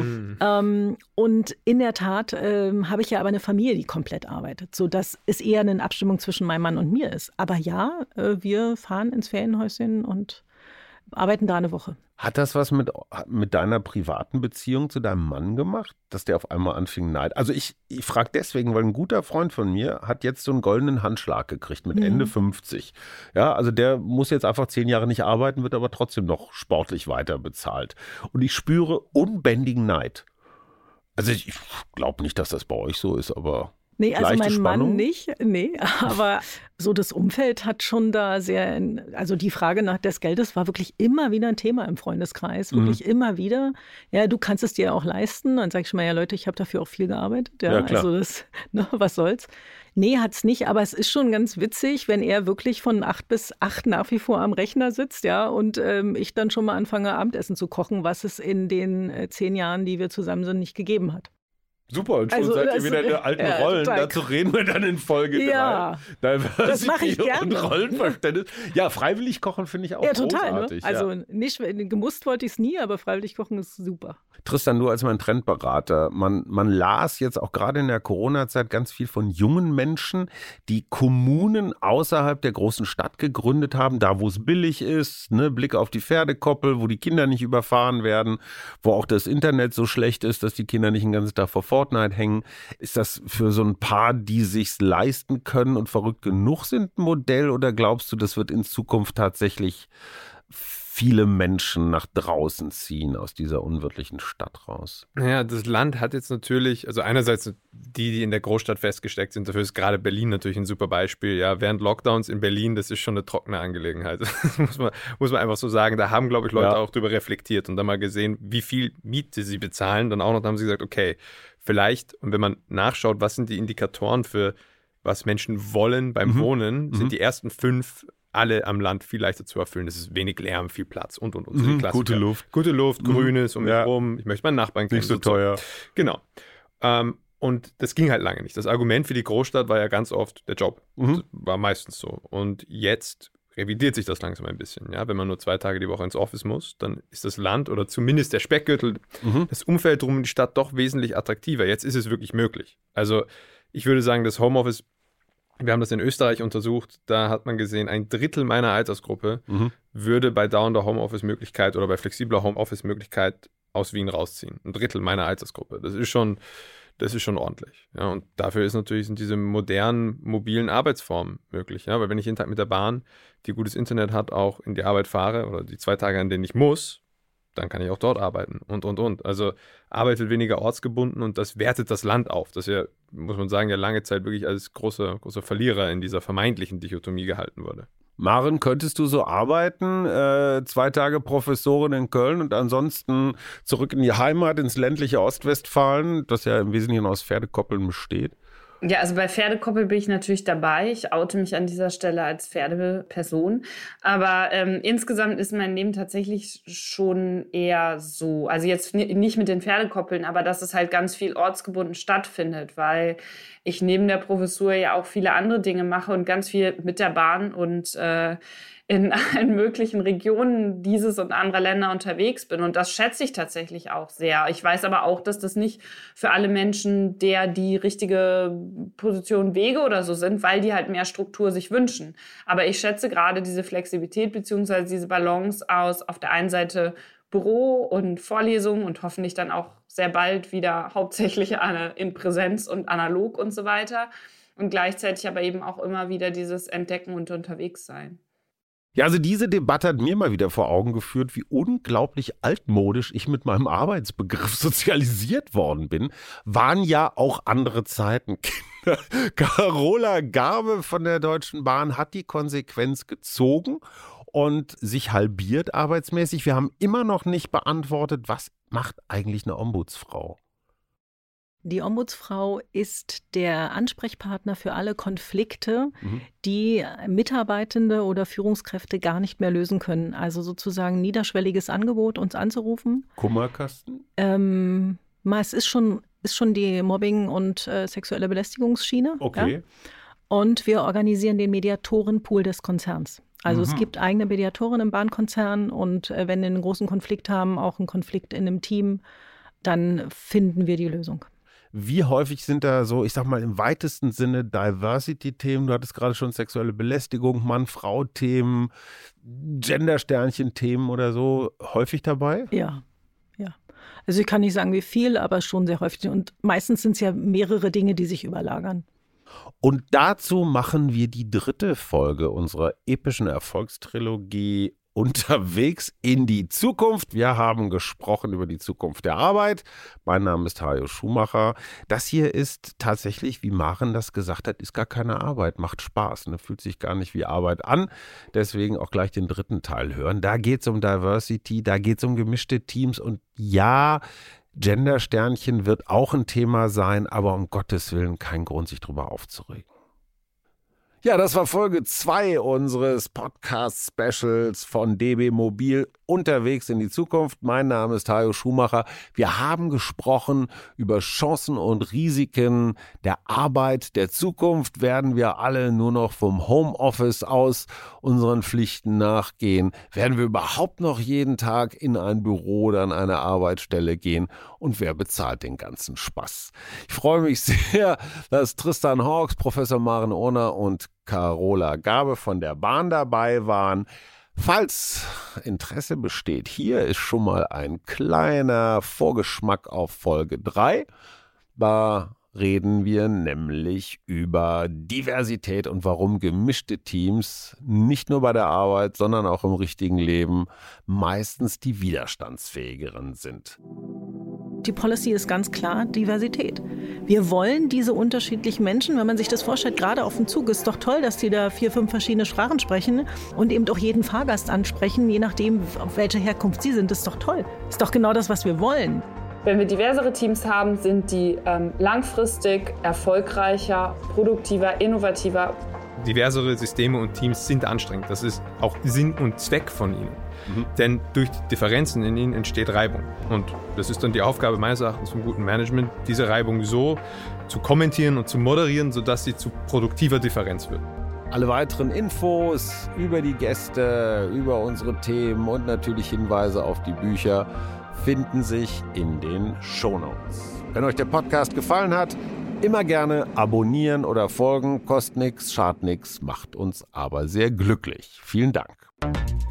S1: Und in der Tat habe ich ja aber eine Familie, die komplett arbeitet, sodass es eher eine Abstimmung zwischen meinem Mann und mir ist. Aber ja, wir fahren ins Ferienhäuschen und arbeiten da eine Woche.
S4: Hat das was mit deiner privaten Beziehung zu deinem Mann gemacht, dass der auf einmal anfing Neid? Also ich frage deswegen, weil ein guter Freund von mir hat jetzt so einen goldenen Handschlag gekriegt mit Ende 50. Ja, also der muss jetzt einfach 10 Jahre nicht arbeiten, wird aber trotzdem noch sportlich weiter bezahlt. Und ich spüre unbändigen Neid. Also ich glaube nicht, dass das bei euch so ist, aber...
S1: Nee, also mein
S4: Spannung?
S1: Mann nicht, nee, aber so das Umfeld hat schon da sehr, also die Frage nach des Geldes war wirklich immer wieder ein Thema im Freundeskreis, wirklich immer wieder. Ja, du kannst es dir auch leisten, dann sag ich schon mal, ja Leute, ich habe dafür auch viel gearbeitet, ja klar. Also das, was soll's. Nee, hat's nicht, aber es ist schon ganz witzig, wenn er wirklich von 8 bis 8 nach wie vor am Rechner sitzt, ja, und ich dann schon mal anfange, Abendessen zu kochen, was es in den 10 Jahren, die wir zusammen sind, nicht gegeben hat.
S4: Super, und schon seid ihr wieder in den alten Rollen. Dazu reden wir dann in Folge 3.
S1: Ja, das mache ich gerne.
S4: Und Rollenverständnis. Ja, freiwillig kochen finde ich auch großartig.
S1: Ne? Also nicht, gemusst wollte ich es nie, aber freiwillig kochen ist super.
S4: Tristan, du als mein Trendberater, man las jetzt auch gerade in der Corona-Zeit ganz viel von jungen Menschen, die Kommunen außerhalb der großen Stadt gegründet haben, da wo es billig ist, ne, Blick auf die Pferdekoppel, wo die Kinder nicht überfahren werden, wo auch das Internet so schlecht ist, dass die Kinder nicht den ganzen Tag vor Fortnite hängen. Ist das für so ein Paar, die sich's leisten können und verrückt genug sind, ein Modell, oder glaubst du, das wird in Zukunft tatsächlich viele Menschen nach draußen ziehen aus dieser unwirtlichen Stadt raus?
S3: Ja, das Land hat jetzt natürlich, also einerseits die in der Großstadt festgesteckt sind, dafür ist gerade Berlin natürlich ein super Beispiel. Ja, während Lockdowns in Berlin, das ist schon eine trockene Angelegenheit. muss man einfach so sagen. Da haben, glaube ich, Leute auch drüber reflektiert und dann mal gesehen, wie viel Miete sie bezahlen. Dann auch noch, da haben sie gesagt, okay, vielleicht, und wenn man nachschaut, was sind die Indikatoren für was Menschen wollen beim Wohnen, sind die ersten 5 alle am Land viel leichter zu erfüllen. Das ist wenig Lärm, viel Platz und. So
S4: Gute Luft.
S3: Gute Luft, Grünes um mich rum. Ich möchte meinen Nachbarn kennen.
S4: Nicht so teuer.
S3: Genau. Und das ging halt lange nicht. Das Argument für die Großstadt war ja ganz oft der Job. Das war meistens so. Und jetzt revidiert sich das langsam ein bisschen. Ja? Wenn man nur 2 Tage die Woche ins Office muss, dann ist das Land oder zumindest der Speckgürtel, das Umfeld drum die Stadt doch wesentlich attraktiver. Jetzt ist es wirklich möglich. Also ich würde sagen, das Homeoffice, wir haben das in Österreich untersucht, da hat man gesehen, 1/3 meiner Altersgruppe würde bei dauernder Homeoffice-Möglichkeit oder bei flexibler Homeoffice-Möglichkeit aus Wien rausziehen. 1/3 meiner Altersgruppe. Das ist schon ordentlich. Ja, und dafür sind diese modernen, mobilen Arbeitsformen möglich. Ja, weil wenn ich jeden Tag mit der Bahn, die gutes Internet hat, auch in die Arbeit fahre oder die 2 Tage, an denen ich muss, dann kann ich auch dort arbeiten und. Also Arbeit wird weniger ortsgebunden und das wertet das Land auf. Das ja, muss man sagen, ja lange Zeit wirklich als großer Verlierer in dieser vermeintlichen Dichotomie gehalten wurde.
S4: Maren, könntest du so arbeiten? 2 Tage Professorin in Köln und ansonsten zurück in die Heimat, ins ländliche Ostwestfalen, das ja im Wesentlichen aus Pferdekoppeln besteht?
S2: Ja, also bei Pferdekoppel bin ich natürlich dabei. Ich oute mich an dieser Stelle als Pferdeperson. Aber insgesamt ist mein Leben tatsächlich schon eher so, also jetzt nicht mit den Pferdekoppeln, aber dass es halt ganz viel ortsgebunden stattfindet, weil ich neben der Professur ja auch viele andere Dinge mache und ganz viel mit der Bahn und in allen möglichen Regionen dieses und anderer Länder unterwegs bin. Und das schätze ich tatsächlich auch sehr. Ich weiß aber auch, dass das nicht für alle Menschen die richtige Position Wege oder so sind, weil die halt mehr Struktur sich wünschen. Aber ich schätze gerade diese Flexibilität bzw. diese Balance aus auf der einen Seite Büro und Vorlesungen und hoffentlich dann auch sehr bald wieder hauptsächlich in Präsenz und analog und so weiter. Und gleichzeitig aber eben auch immer wieder dieses Entdecken und Unterwegssein.
S4: Ja, also diese Debatte hat mir mal wieder vor Augen geführt, wie unglaublich altmodisch ich mit meinem Arbeitsbegriff sozialisiert worden bin. Waren ja auch andere Zeiten. Carola Garbe von der Deutschen Bahn hat die Konsequenz gezogen und sich halbiert arbeitsmäßig. Wir haben immer noch nicht beantwortet, was macht eigentlich eine Ombudsfrau?
S1: Die Ombudsfrau ist der Ansprechpartner für alle Konflikte, die Mitarbeitende oder Führungskräfte gar nicht mehr lösen können. Also sozusagen niederschwelliges Angebot, uns anzurufen.
S4: Kummerkasten?
S1: Es ist schon die Mobbing- und sexuelle Belästigungsschiene.
S4: Okay.
S1: Ja? Und wir organisieren den Mediatorenpool des Konzerns. Also es gibt eigene Mediatoren im Bahnkonzern und wenn wir einen großen Konflikt haben, auch einen Konflikt in einem Team, dann finden wir die Lösung.
S4: Wie häufig sind da so, ich sag mal im weitesten Sinne Diversity-Themen, du hattest gerade schon sexuelle Belästigung, Mann-Frau-Themen, Gender-Sternchen-Themen oder so häufig dabei?
S1: Ja. Also ich kann nicht sagen, wie viel, aber schon sehr häufig. Und meistens sind es ja mehrere Dinge, die sich überlagern.
S4: Und dazu machen wir die 3. Folge unserer epischen Erfolgstrilogie Unterwegs in die Zukunft. Wir haben gesprochen über die Zukunft der Arbeit. Mein Name ist Hajo Schumacher. Das hier ist tatsächlich, wie Maren das gesagt hat, ist gar keine Arbeit, macht Spaß. Ne? Fühlt sich gar nicht wie Arbeit an. Deswegen auch gleich den 3. Teil hören. Da geht es um Diversity, da geht es um gemischte Teams. Und ja, Gender-Sternchen wird auch ein Thema sein, aber um Gottes Willen kein Grund, sich drüber aufzuregen. Ja, das war Folge 2 unseres Podcast-Specials von DB Mobil Unterwegs in die Zukunft. Mein Name ist Hajo Schumacher. Wir haben gesprochen über Chancen und Risiken der Arbeit der Zukunft. Werden wir alle nur noch vom Homeoffice aus unseren Pflichten nachgehen? Werden wir überhaupt noch jeden Tag in ein Büro oder an eine Arbeitsstelle gehen? Und wer bezahlt den ganzen Spaß? Ich freue mich sehr, dass Tristan Hawks, Professor Maren Urner und Carola Gabe von der Bahn dabei waren. Falls Interesse besteht, hier ist schon mal ein kleiner Vorgeschmack auf Folge 3. Da reden wir nämlich über Diversität und warum gemischte Teams nicht nur bei der Arbeit, sondern auch im richtigen Leben meistens die widerstandsfähigeren sind.
S1: Die Policy ist ganz klar Diversität. Wir wollen diese unterschiedlichen Menschen, wenn man sich das vorstellt, gerade auf dem Zug, ist doch toll, dass die da 4, 5 verschiedene Sprachen sprechen und eben auch jeden Fahrgast ansprechen, je nachdem, auf welche Herkunft sie sind. Das ist doch toll. Das ist doch genau das, was wir wollen.
S2: Wenn wir diversere Teams haben, sind die langfristig erfolgreicher, produktiver, innovativer.
S3: Diversere Systeme und Teams sind anstrengend. Das ist auch Sinn und Zweck von ihnen. Denn durch die Differenzen in ihnen entsteht Reibung. Und das ist dann die Aufgabe meines Erachtens vom guten Management, diese Reibung so zu kommentieren und zu moderieren, sodass sie zu produktiver Differenz wird.
S4: Alle weiteren Infos über die Gäste, über unsere Themen und natürlich Hinweise auf die Bücher finden sich in den Shownotes. Wenn euch der Podcast gefallen hat, immer gerne abonnieren oder folgen. Kostet nix, schadet nix, macht uns aber sehr glücklich. Vielen Dank.